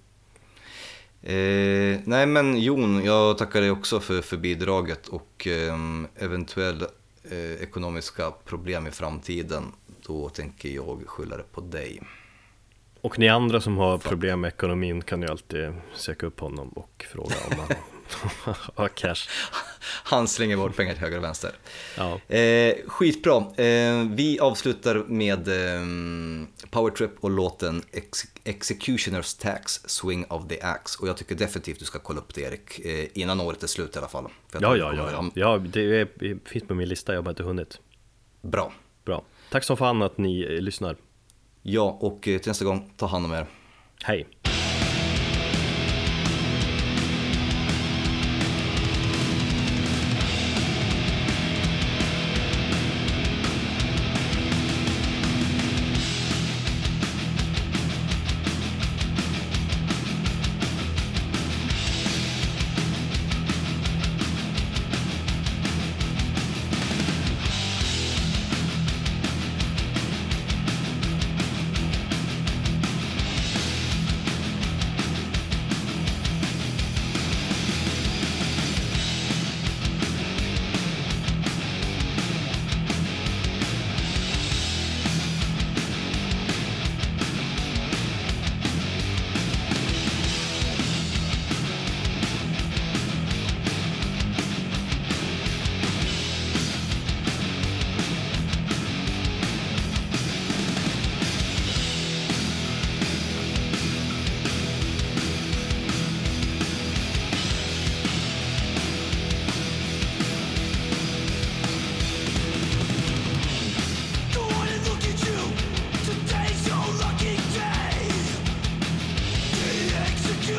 Eh, nej men Jon, jag tackar dig också för, för bidraget och eh, eventuella eh, ekonomiska problem i framtiden. Då tänker jag skylla det på dig. Och ni andra som har problem med ekonomin kan ju alltid söka upp honom och fråga om han har cash. Han slänger bort pengar till höger och vänster. Ja. Eh, skitbra. Eh, vi avslutar med eh, Powertrip och låten Ex- Executioner's Tax, Swing of the Axe. Och jag tycker definitivt du ska kolla upp det, Erik, eh, innan året är slut i alla fall. Ja, ja, ja, ja. ja, det är, det finns på min lista, jag har bara inte hunnit. Bra. Bra. Tack så fan att ni eh, lyssnar. Ja, och till nästa gång, ta hand om er. Hej.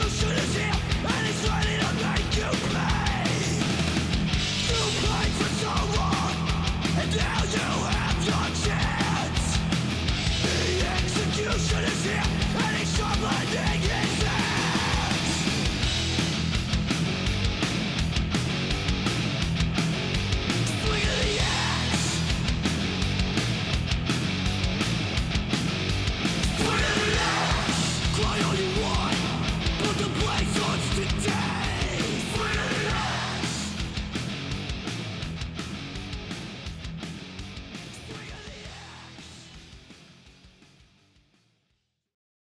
Cry all you want.